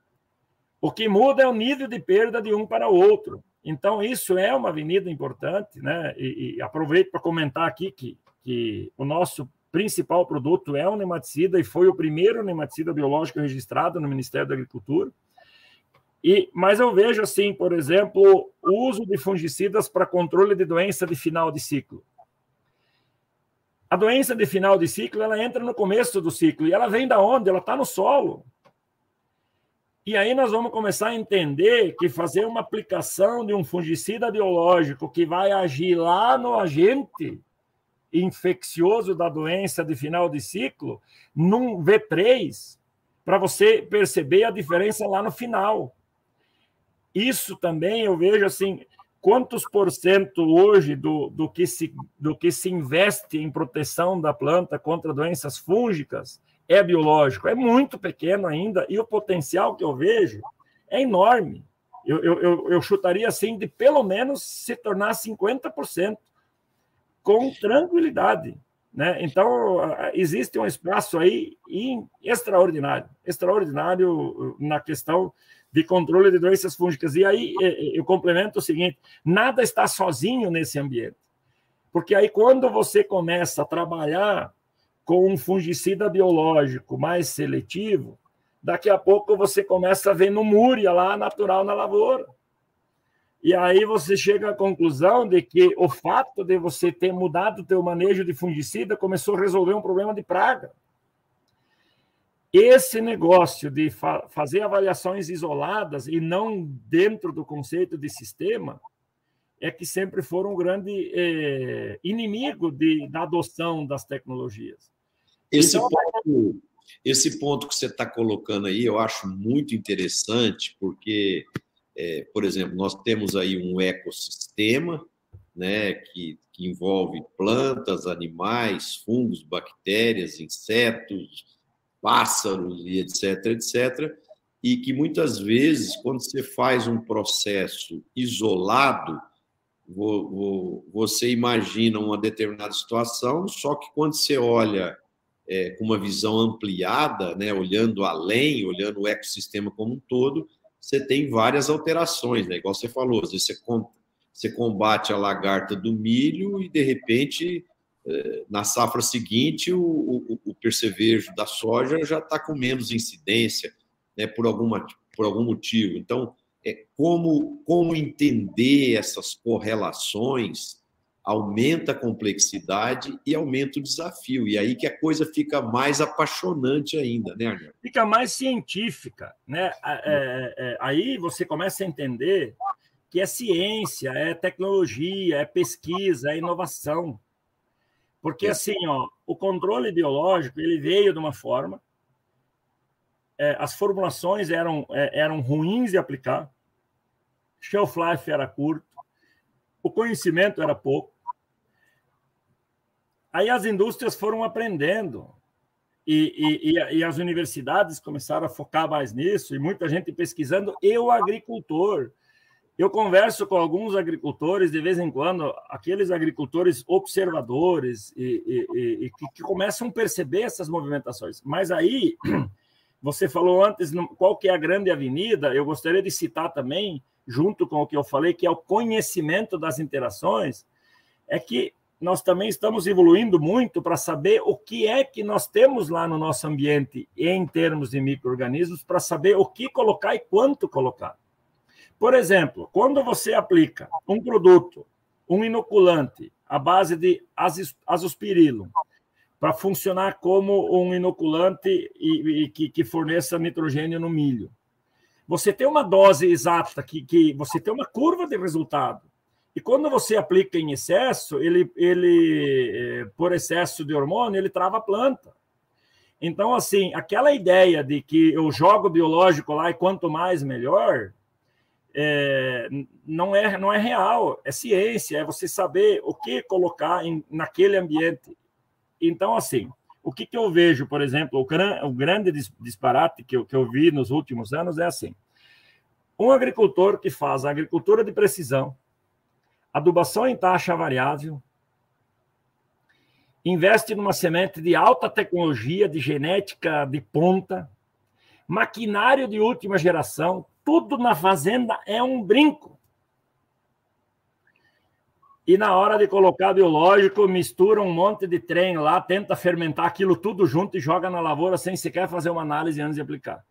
O que muda é o nível de perda de um para o outro. Então, isso é uma avenida importante, né? E aproveito para comentar aqui que o nosso principal produto é um nematicida e foi o primeiro nematicida biológico registrado no Ministério da Agricultura. Mas eu vejo, assim, por exemplo, o uso de fungicidas para controle de doença de final de ciclo. A doença de final de ciclo, ela entra no começo do ciclo. E ela vem da onde? Ela está no solo. E aí nós vamos começar a entender que fazer uma aplicação de um fungicida biológico que vai agir lá no agente infeccioso da doença de final de ciclo, num V3, para você perceber a diferença lá no final. Isso também eu vejo assim... Quantos por cento hoje do que se investe em proteção da planta contra doenças fúngicas é biológico? É muito pequeno ainda, e o potencial que eu vejo é enorme. Eu chutaria assim de pelo menos se tornar 50%, com tranquilidade, né? Então, existe um espaço aí extraordinário na questão de controle de doenças fúngicas. E aí eu complemento o seguinte, nada está sozinho nesse ambiente. Porque aí quando você começa a trabalhar com um fungicida biológico mais seletivo, daqui a pouco você começa a ver numúria lá natural na lavoura. E aí você chega à conclusão de que o fato de você ter mudado o teu manejo de fungicida começou a resolver um problema de praga. Esse negócio de fazer avaliações isoladas e não dentro do conceito de sistema é que sempre foram um grande inimigo da adoção das tecnologias. Esse ponto que você está colocando aí eu acho muito interessante, porque, por exemplo, nós temos aí um ecossistema, né, que envolve plantas, animais, fungos, bactérias, insetos, pássaros e etc, etc, e que muitas vezes, quando você faz um processo isolado, você imagina uma determinada situação, só que quando você olha com uma visão ampliada, né, olhando além, olhando o ecossistema como um todo, você tem várias alterações, né? Igual você falou, às vezes você combate a lagarta do milho e, de repente, na safra seguinte, o percevejo da soja já está com menos incidência, né, por algum motivo. Então, como entender essas correlações aumenta a complexidade e aumenta o desafio. E aí que a coisa fica mais apaixonante ainda, né, Arnaldo? Fica mais científica, né? Aí você começa a entender que é ciência, é tecnologia, é pesquisa, é inovação. Porque, assim, o controle biológico ele veio de uma forma, as formulações eram ruins de aplicar, shelf life era curto, o conhecimento era pouco. Aí as indústrias foram aprendendo e as universidades começaram a focar mais nisso, e muita gente pesquisando, e o agricultor. Eu converso com alguns agricultores, de vez em quando, aqueles agricultores observadores, que começam a perceber essas movimentações. Mas aí, você falou antes, qual que é a grande avenida? Eu gostaria de citar também, junto com o que eu falei, que é o conhecimento das interações, é que nós também estamos evoluindo muito para saber o que é que nós temos lá no nosso ambiente em termos de micro-organismos, para saber o que colocar e quanto colocar. Por exemplo, quando você aplica um produto, um inoculante, à base de azospirillum, para funcionar como um inoculante que forneça nitrogênio no milho, você tem uma dose exata, que você tem uma curva de resultado. E quando você aplica em excesso, ele por excesso de hormônio, ele trava a planta. Então, assim, aquela ideia de que eu jogo biológico lá e quanto mais, melhor, não é real. É ciência, é você saber o que colocar naquele ambiente. Então, assim, o que eu vejo, por exemplo, o grande disparate que eu vi nos últimos anos é assim. Um agricultor que faz a agricultura de precisão, adubação em taxa variável, investe numa semente de alta tecnologia, de genética de ponta, maquinário de última geração, tudo na fazenda é um brinco. E na hora de colocar biológico, mistura um monte de trem lá, tenta fermentar aquilo tudo junto e joga na lavoura sem sequer fazer uma análise antes de aplicar.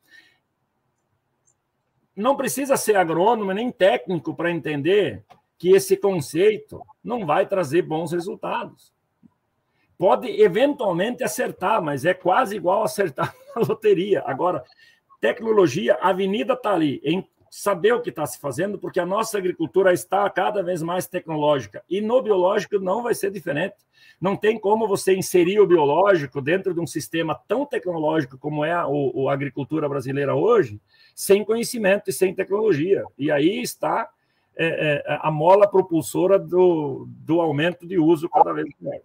Não precisa ser agrônomo nem técnico para entender que esse conceito não vai trazer bons resultados. Pode eventualmente acertar, mas é quase igual acertar na loteria. Agora, tecnologia, a avenida está ali, em saber o que está se fazendo, porque a nossa agricultura está cada vez mais tecnológica. E no biológico não vai ser diferente. Não tem como você inserir o biológico dentro de um sistema tão tecnológico como é a agricultura brasileira hoje, sem conhecimento e sem tecnologia. E aí está a mola propulsora do aumento de uso cada vez maior.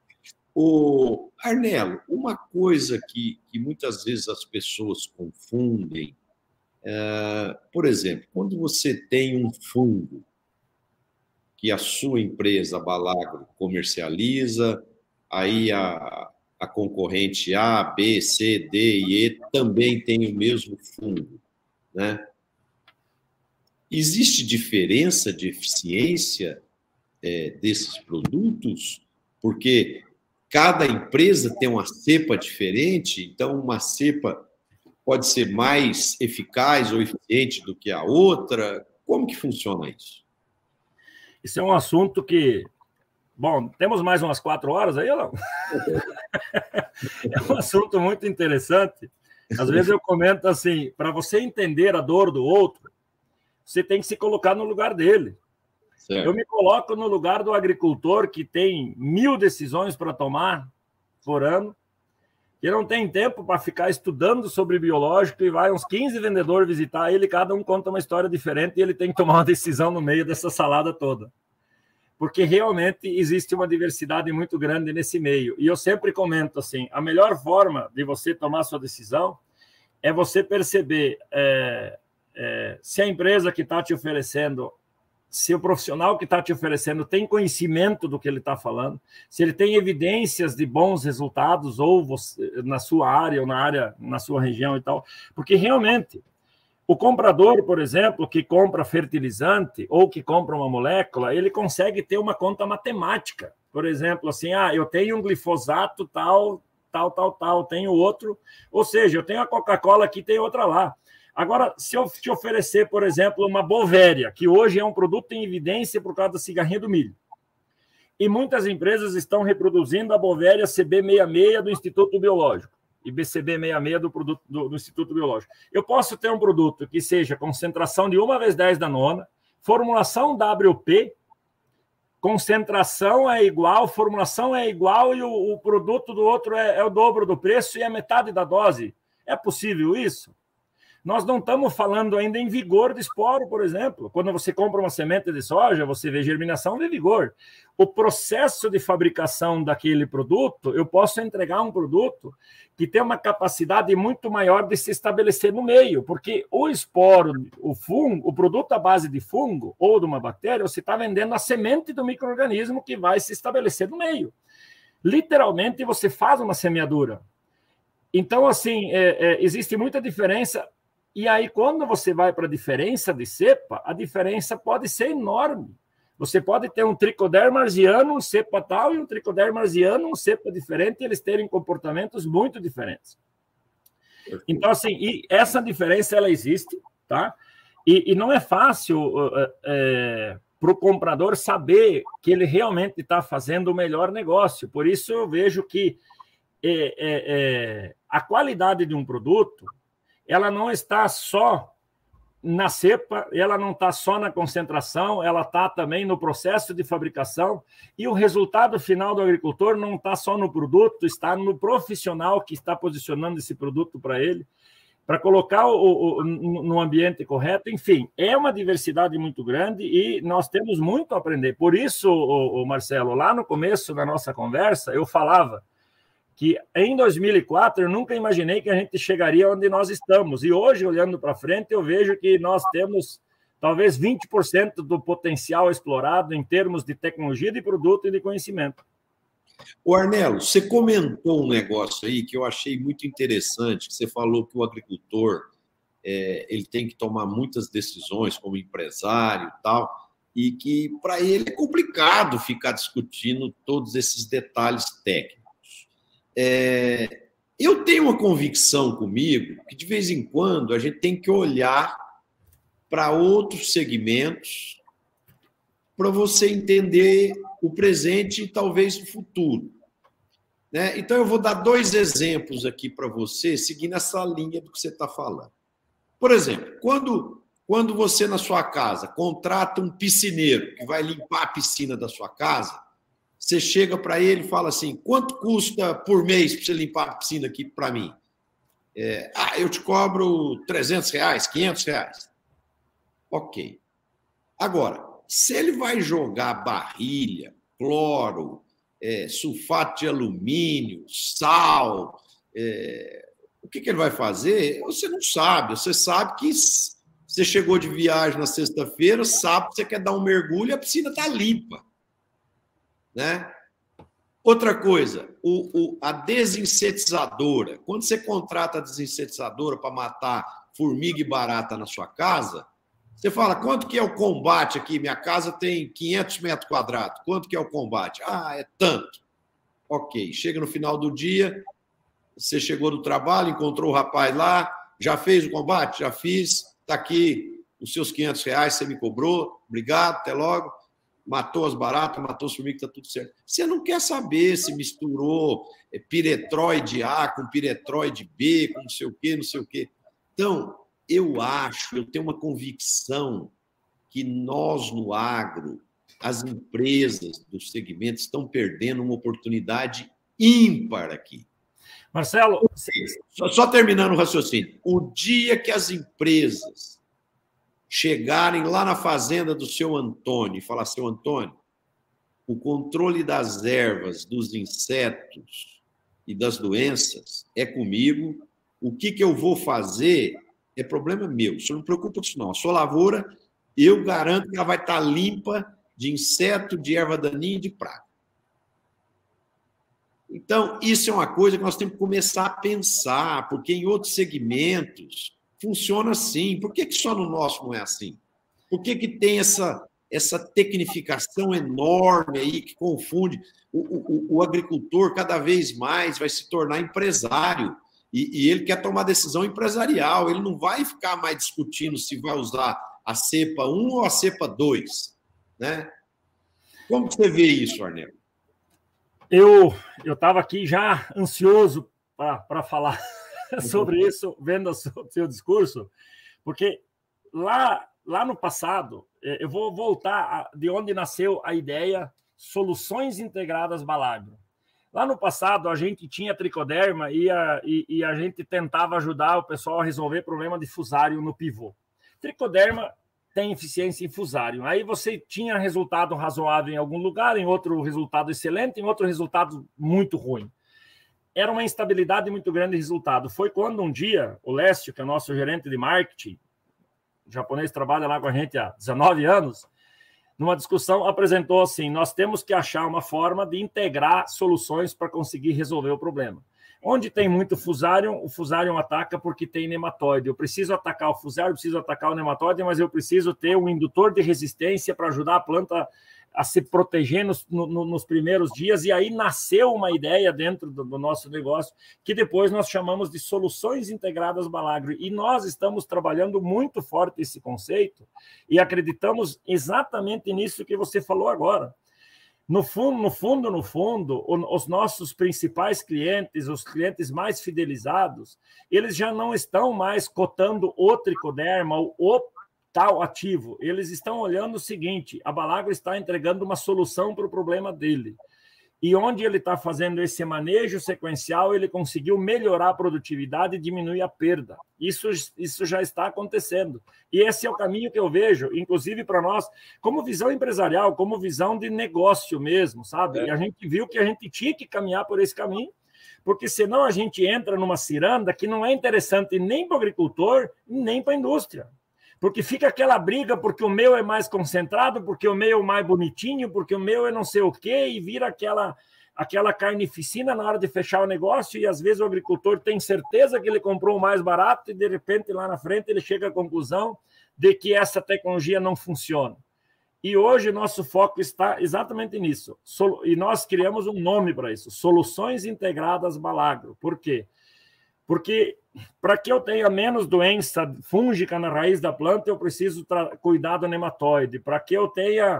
Arnelo, uma coisa que muitas vezes as pessoas confundem, por exemplo, quando você tem um fungo que a sua empresa, a Balagro, comercializa, aí a concorrente A, B, C, D e E também tem o mesmo fungo, né? Existe diferença de eficiência desses produtos? Porque cada empresa tem uma cepa diferente, então uma cepa pode ser mais eficaz ou eficiente do que a outra. Como que funciona isso? Isso é um assunto que... Bom, temos mais umas 4 horas aí, ou não? É um assunto muito interessante. Às vezes eu comento assim, para você entender a dor do outro, você tem que se colocar no lugar dele. Certo. Eu me coloco no lugar do agricultor que tem 1000 decisões para tomar por ano, que não tem tempo para ficar estudando sobre biológico e vai uns 15 vendedores visitar ele, cada um conta uma história diferente e ele tem que tomar uma decisão no meio dessa salada toda. porque realmente existe uma diversidade muito grande nesse meio. E eu sempre comento assim, a melhor forma de você tomar sua decisão é você perceber se a empresa que está te oferecendo, se o profissional que está te oferecendo tem conhecimento do que ele está falando, se ele tem evidências de bons resultados, ou você, na sua área, ou na sua região e tal, porque realmente o comprador, por exemplo, que compra fertilizante ou que compra uma molécula, ele consegue ter uma conta matemática. Por exemplo, assim, eu tenho um glifosato tal, tenho outro, ou seja, eu tenho a Coca-Cola aqui, tem outra lá. Agora, se eu te oferecer, por exemplo, uma Bovéria, que hoje é um produto em evidência por causa da cigarrinha do milho, e muitas empresas estão reproduzindo a Bovéria CB66 do Instituto Biológico e BCB66 do Instituto Biológico. Eu posso ter um produto que seja concentração de 1/10 da nona, formulação WP, concentração é igual, formulação é igual e o produto do outro é o dobro do preço e é metade da dose. É possível isso? Nós não estamos falando ainda em vigor de esporo, por exemplo. Quando você compra uma semente de soja, você vê germinação, vê vigor. O processo de fabricação daquele produto, eu posso entregar um produto que tem uma capacidade muito maior de se estabelecer no meio, porque o esporo, o fungo, o produto à base de fungo ou de uma bactéria, você está vendendo a semente do micro-organismo que vai se estabelecer no meio. Literalmente, você faz uma semeadura. Então, assim, existe muita diferença. E aí, quando você vai para a diferença de cepa, a diferença pode ser enorme. Você pode ter um Trichoderma marziano, um cepa tal, e um Trichoderma marziano, um cepa diferente, e eles terem comportamentos muito diferentes. Então, assim, e essa diferença, ela existe, tá? E não é fácil para o comprador saber que ele realmente está fazendo o melhor negócio. Por isso, eu vejo que a qualidade de um produto, ela não está só na cepa, ela não está só na concentração, ela está também no processo de fabricação, e o resultado final do agricultor não está só no produto, está no profissional que está posicionando esse produto para ele, para colocar no ambiente correto. Enfim, é uma diversidade muito grande e nós temos muito a aprender. Por isso, Marcelo, lá no começo da nossa conversa, eu falava que em 2004 eu nunca imaginei que a gente chegaria onde nós estamos. E hoje, olhando para frente, eu vejo que nós temos talvez 20% do potencial explorado em termos de tecnologia de produto e de conhecimento. O Arnelo, você comentou um negócio aí que eu achei muito interessante, que você falou que o agricultor ele tem que tomar muitas decisões como empresário e tal, e que para ele é complicado ficar discutindo todos esses detalhes técnicos. Eu tenho uma convicção comigo que, de vez em quando, a gente tem que olhar para outros segmentos para você entender o presente e talvez o futuro. Né? Então, eu vou dar 2 exemplos aqui para você, seguindo essa linha do que você está falando. Por exemplo, quando você, na sua casa, contrata um piscineiro que vai limpar a piscina da sua casa, você chega para ele e fala assim, quanto custa por mês para você limpar a piscina aqui para mim? Eu te cobro R$300, R$500. Ok. Agora, se ele vai jogar barrilha, cloro, sulfato de alumínio, sal, o que ele vai fazer? Você não sabe. Você sabe que você chegou de viagem na sexta-feira, sabe que você quer dar um mergulho e a piscina está limpa. Né? Outra coisa, a desinsetizadora. Quando você contrata a desinsetizadora para matar formiga e barata na sua casa, você fala, quanto que é o combate aqui? Minha casa tem 500 metros quadrados. Quanto que é o combate? É tanto. Ok, chega no final do dia, você chegou do trabalho, encontrou o rapaz lá, já fez o combate? Já fiz, está aqui os seus R$500, você me cobrou, obrigado, até logo. Matou as baratas, matou as formigas, está tudo certo. Você não quer saber se misturou piretroide A com piretroide B, com não sei o quê, não sei o quê. Então, eu tenho uma convicção que nós, no agro, as empresas dos segmentos estão perdendo uma oportunidade ímpar aqui. Marcelo... Só terminando o raciocínio. O dia que as empresas chegarem lá na fazenda do seu Antônio e falar, seu Antônio, o controle das ervas, dos insetos e das doenças é comigo. O que eu vou fazer é problema meu. O senhor não preocupa com isso, não. A sua lavoura, eu garanto que ela vai estar limpa de inseto, de erva daninha e de praga. Então, isso é uma coisa que nós temos que começar a pensar, porque em outros segmentos funciona assim. Por que só no nosso não é assim? Por que tem essa tecnificação enorme aí que confunde? O agricultor cada vez mais vai se tornar empresário e ele quer tomar decisão empresarial. Ele não vai ficar mais discutindo se vai usar a cepa 1 ou a cepa 2, né? Como você vê isso, Arnel? Eu estava aqui já ansioso para falar sobre isso, vendo o seu discurso, porque lá no passado, eu vou voltar de onde nasceu a ideia Soluções Integradas Balagro. Lá no passado, a gente tinha tricoderma e a gente tentava ajudar o pessoal a resolver problema de fusário no pivô. Tricoderma tem eficiência em fusário. Aí você tinha resultado razoável em algum lugar, em outro resultado excelente, em outro resultado muito ruim. Era uma instabilidade muito grande de resultado. Foi quando um dia o Lécio, que é nosso gerente de marketing, o japonês trabalha lá com a gente há 19 anos, numa discussão apresentou assim: nós temos que achar uma forma de integrar soluções para conseguir resolver o problema. Onde tem muito fusário, o fusário ataca porque tem nematóide. Eu preciso atacar o fusário, preciso atacar o nematóide, mas eu preciso ter um indutor de resistência para ajudar a planta a se proteger nos primeiros dias. E aí nasceu uma ideia dentro do nosso negócio que depois nós chamamos de Soluções Integradas Balagro. E nós estamos trabalhando muito forte esse conceito e acreditamos exatamente nisso que você falou agora. No fundo, os nossos principais clientes, os clientes mais fidelizados, eles já não estão mais cotando o tricoderma ou o tal ativo. Eles estão olhando o seguinte: a Balagro está entregando uma solução para o problema dele. E onde ele está fazendo esse manejo sequencial, ele conseguiu melhorar a produtividade e diminuir a perda. Isso já está acontecendo. E esse é o caminho que eu vejo, inclusive para nós, como visão empresarial, como visão de negócio mesmo, sabe? E a gente viu que a gente tinha que caminhar por esse caminho, porque senão a gente entra numa ciranda que não é interessante nem para o agricultor, nem para a indústria. Porque fica aquela briga, porque o meu é mais concentrado, porque o meu é mais bonitinho, porque o meu é não sei o quê, e vira aquela carnificina na hora de fechar o negócio, e às vezes o agricultor tem certeza que ele comprou o mais barato, e de repente lá na frente ele chega à conclusão de que essa tecnologia não funciona. E hoje nosso foco está exatamente nisso. E nós criamos um nome para isso, Soluções Integradas Balagro. Por quê? Porque para que eu tenha menos doença fúngica na raiz da planta, eu preciso cuidar do nematóide. Para que eu tenha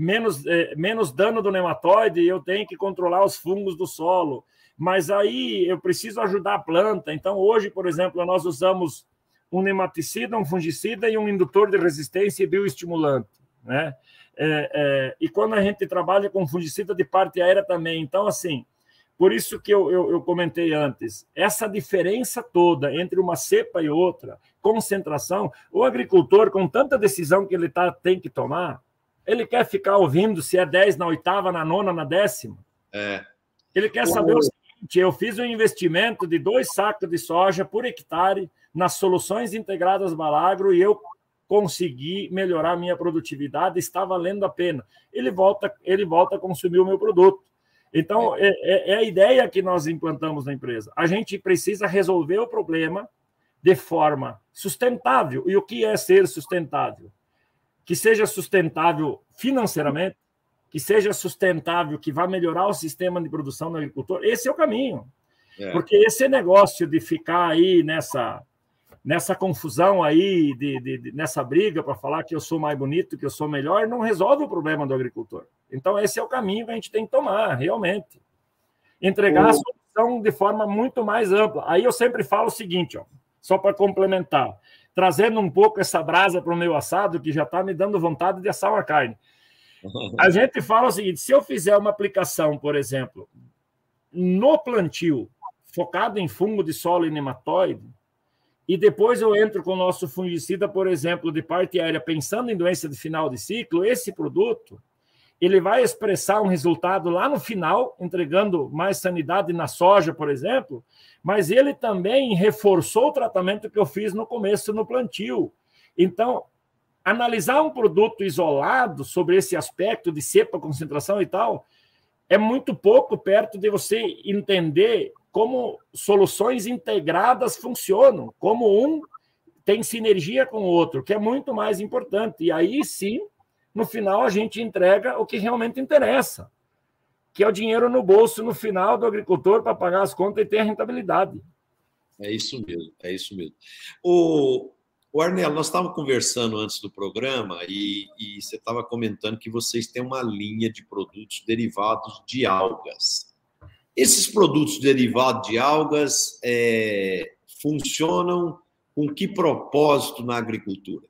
menos dano do nematóide, eu tenho que controlar os fungos do solo. Mas aí eu preciso ajudar a planta. Então, hoje, por exemplo, nós usamos um nematicida, um fungicida e um indutor de resistência e bioestimulante, né? E quando a gente trabalha com fungicida de parte aérea também. Então, assim, por isso que eu comentei antes, essa diferença toda entre uma cepa e outra, concentração, o agricultor, com tanta decisão que ele tem que tomar, ele quer ficar ouvindo se é 10 na 8ª, na 9ª, na 10ª. Ele quer saber o seguinte: eu fiz um investimento de 2 sacos de soja por hectare nas Soluções Integradas Balagro e eu consegui melhorar a minha produtividade, está valendo a pena. Ele volta a consumir o meu produto. Então, é a ideia que nós implantamos na empresa. A gente precisa resolver o problema de forma sustentável. E o que é ser sustentável? Que seja sustentável financeiramente, que seja sustentável, que vá melhorar o sistema de produção do agricultor. Esse é o caminho. Porque esse negócio de ficar aí nessa confusão aí, nessa briga para falar que eu sou mais bonito, que eu sou melhor, não resolve o problema do agricultor. Então, esse é o caminho que a gente tem que tomar, realmente. Entregar a solução de forma muito mais ampla. Aí eu sempre falo o seguinte, ó, só para complementar, trazendo um pouco essa brasa para o meu assado, que já está me dando vontade de assar uma carne. A gente fala o seguinte: se eu fizer uma aplicação, por exemplo, no plantio, focado em fungo de solo e nematóide, e depois eu entro com o nosso fungicida, por exemplo, de parte aérea, pensando em doença de final de ciclo, esse produto, ele vai expressar um resultado lá no final, entregando mais sanidade na soja, por exemplo, mas ele também reforçou o tratamento que eu fiz no começo, no plantio. Então, analisar um produto isolado sobre esse aspecto de cepa, concentração e tal, é muito pouco perto de você entender como soluções integradas funcionam, como um tem sinergia com o outro, que é muito mais importante. E aí, sim, no final, a gente entrega o que realmente interessa, que é o dinheiro no bolso, no final, do agricultor para pagar as contas e ter a rentabilidade. É isso mesmo, é isso mesmo. O Arnello, nós estávamos conversando antes do programa e você estava comentando que vocês têm uma linha de produtos derivados de algas. Esses produtos derivados de algas funcionam com que propósito na agricultura?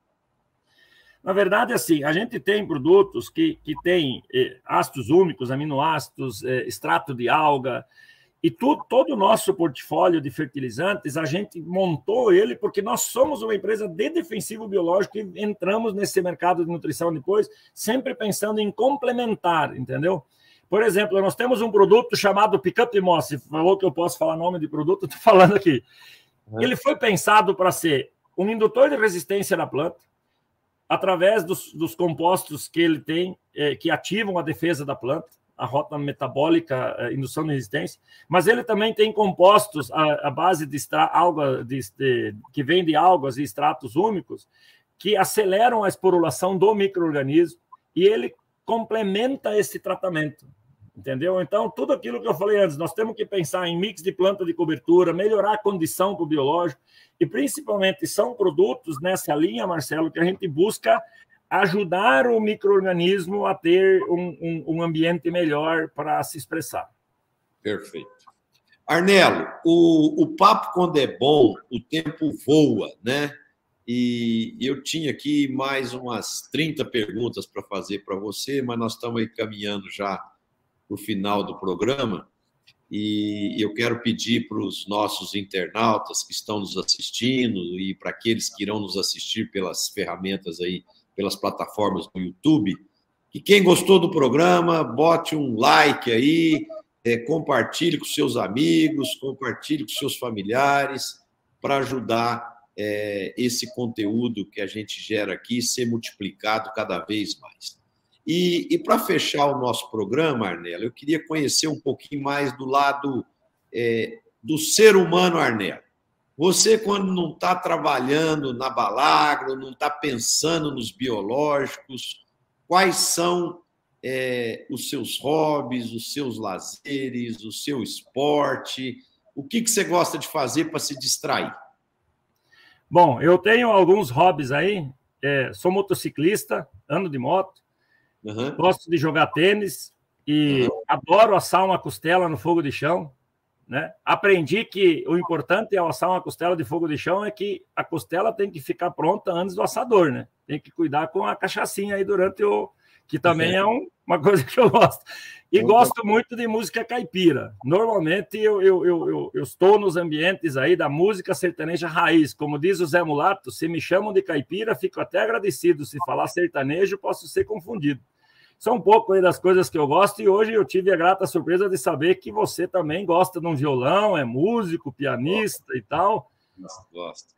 Na verdade, assim, a gente tem produtos que têm ácidos úmicos, aminoácidos, extrato de alga, e todo o nosso portfólio de fertilizantes, a gente montou ele porque nós somos uma empresa de defensivo biológico e entramos nesse mercado de nutrição depois, sempre pensando em complementar, entendeu? Por exemplo, nós temos um produto chamado Pickup Moss, se falou que eu posso falar nome de produto, estou falando aqui. Ele foi pensado para ser um indutor de resistência na planta, através dos compostos que ele tem, que ativam a defesa da planta, a rota metabólica, a indução de resistência, mas ele também tem compostos à base de alga, que vem de algas e extratos úmicos, que aceleram a esporulação do micro-organismo e ele complementa esse tratamento, entendeu? Então, tudo aquilo que eu falei antes, nós temos que pensar em mix de planta de cobertura, melhorar a condição para o biológico, e principalmente são produtos nessa linha, Marcelo, que a gente busca ajudar o micro-organismo a ter um ambiente melhor para se expressar. Perfeito. Arnello, o papo, quando é bom, o tempo voa, né? E eu tinha aqui mais umas 30 perguntas para fazer para você, mas nós estamos aí caminhando já para o final do programa. E eu quero pedir para os nossos internautas que estão nos assistindo e para aqueles que irão nos assistir pelas ferramentas aí, pelas plataformas do YouTube, que quem gostou do programa, bote um like aí, compartilhe com seus amigos, compartilhe com seus familiares, para ajudar esse conteúdo que a gente gera aqui ser multiplicado cada vez mais. E para fechar o nosso programa, Arnello, eu queria conhecer um pouquinho mais do lado do ser humano, Arnello. Você, quando não está trabalhando na Balagro, não está pensando nos biológicos, quais são os seus hobbies, os seus lazeres, o seu esporte? O que você gosta de fazer para se distrair? Bom, eu tenho alguns hobbies aí. Sou motociclista, ando de moto, gosto de jogar tênis e adoro assar uma costela no fogo de chão. Né? Aprendi que o importante é assar uma costela de fogo de chão é que a costela tem que ficar pronta antes do assador, né? Tem que cuidar com a cachaçinha aí durante que também é uma coisa que eu gosto. E gosto muito de música caipira. Normalmente eu estou nos ambientes aí da música sertaneja raiz. Como diz o Zé Mulato, se me chamam de caipira, fico até agradecido. Se falar sertanejo, posso ser confundido. São um pouco aí das coisas que eu gosto, e hoje eu tive a grata surpresa de saber que você também gosta de um violão, é músico, pianista e tal. Gosto.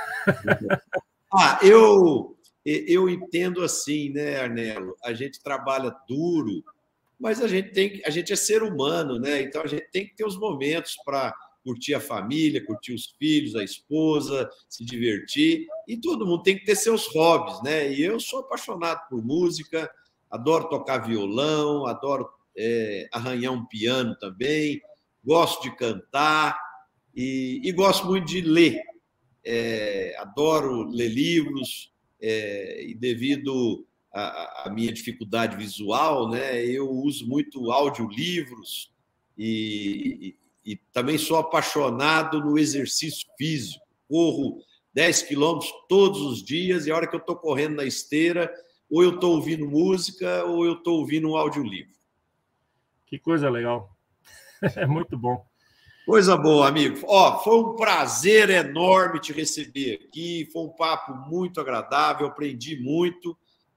Eu entendo assim, né, Arnello? A gente trabalha duro, mas a gente é ser humano, né? Então a gente tem que ter os momentos para curtir a família, curtir os filhos, a esposa, se divertir, e todo mundo tem que ter seus hobbies, né? E eu sou apaixonado por música, adoro tocar violão, adoro arranhar um piano também, gosto de cantar e gosto muito de ler. Adoro ler livros e devido à minha dificuldade visual, né, eu uso muito audiolivros e também sou apaixonado no exercício físico. Corro 10 quilômetros todos os dias e a hora que eu estou correndo na esteira, ou eu estou ouvindo música, ou eu estou ouvindo um audiolivro. Que coisa legal. É muito bom. Coisa boa, amigo. Foi um prazer enorme te receber aqui, foi um papo muito agradável, aprendi muito,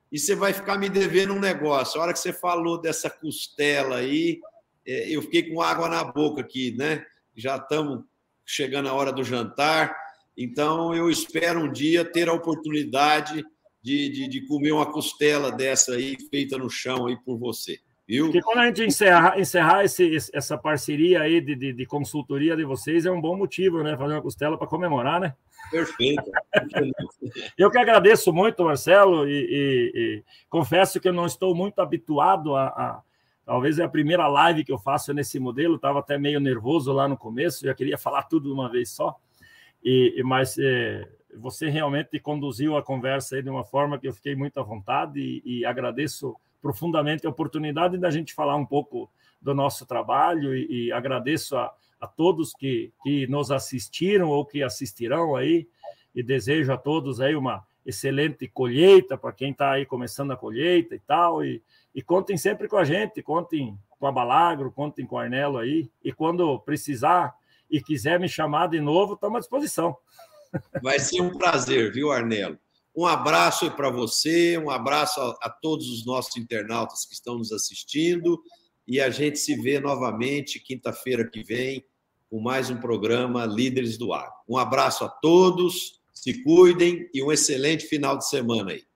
e você vai ficar me devendo um negócio. A hora que você falou dessa costela aí, eu fiquei com água na boca aqui, né? Já estamos chegando a hora do jantar, então eu espero um dia ter a oportunidade de comer uma costela dessa aí, feita no chão aí por você, viu? Porque quando a gente encerrar essa parceria aí de consultoria de vocês, é um bom motivo, né? Fazer uma costela para comemorar, né? Perfeito. Eu que agradeço muito, Marcelo, e confesso que eu não estou muito habituado talvez é a primeira live que eu faço nesse modelo, estava até meio nervoso lá no começo, já queria falar tudo de uma vez só, mas você realmente conduziu a conversa aí de uma forma que eu fiquei muito à vontade e agradeço profundamente a oportunidade da gente falar um pouco do nosso trabalho e agradeço a todos que nos assistiram ou que assistirão aí e desejo a todos aí uma excelente colheita para quem está aí começando a colheita e tal, e contem sempre com a gente, contem com a Balagro, contem com o Arnello aí, e quando precisar e quiser me chamar de novo, estamos à disposição. Vai ser um prazer, viu, Arnello? Um abraço para você, um abraço a todos os nossos internautas que estão nos assistindo, e a gente se vê novamente quinta-feira que vem com mais um programa Líderes do Agro. Um abraço a todos, se cuidem e um excelente final de semana aí.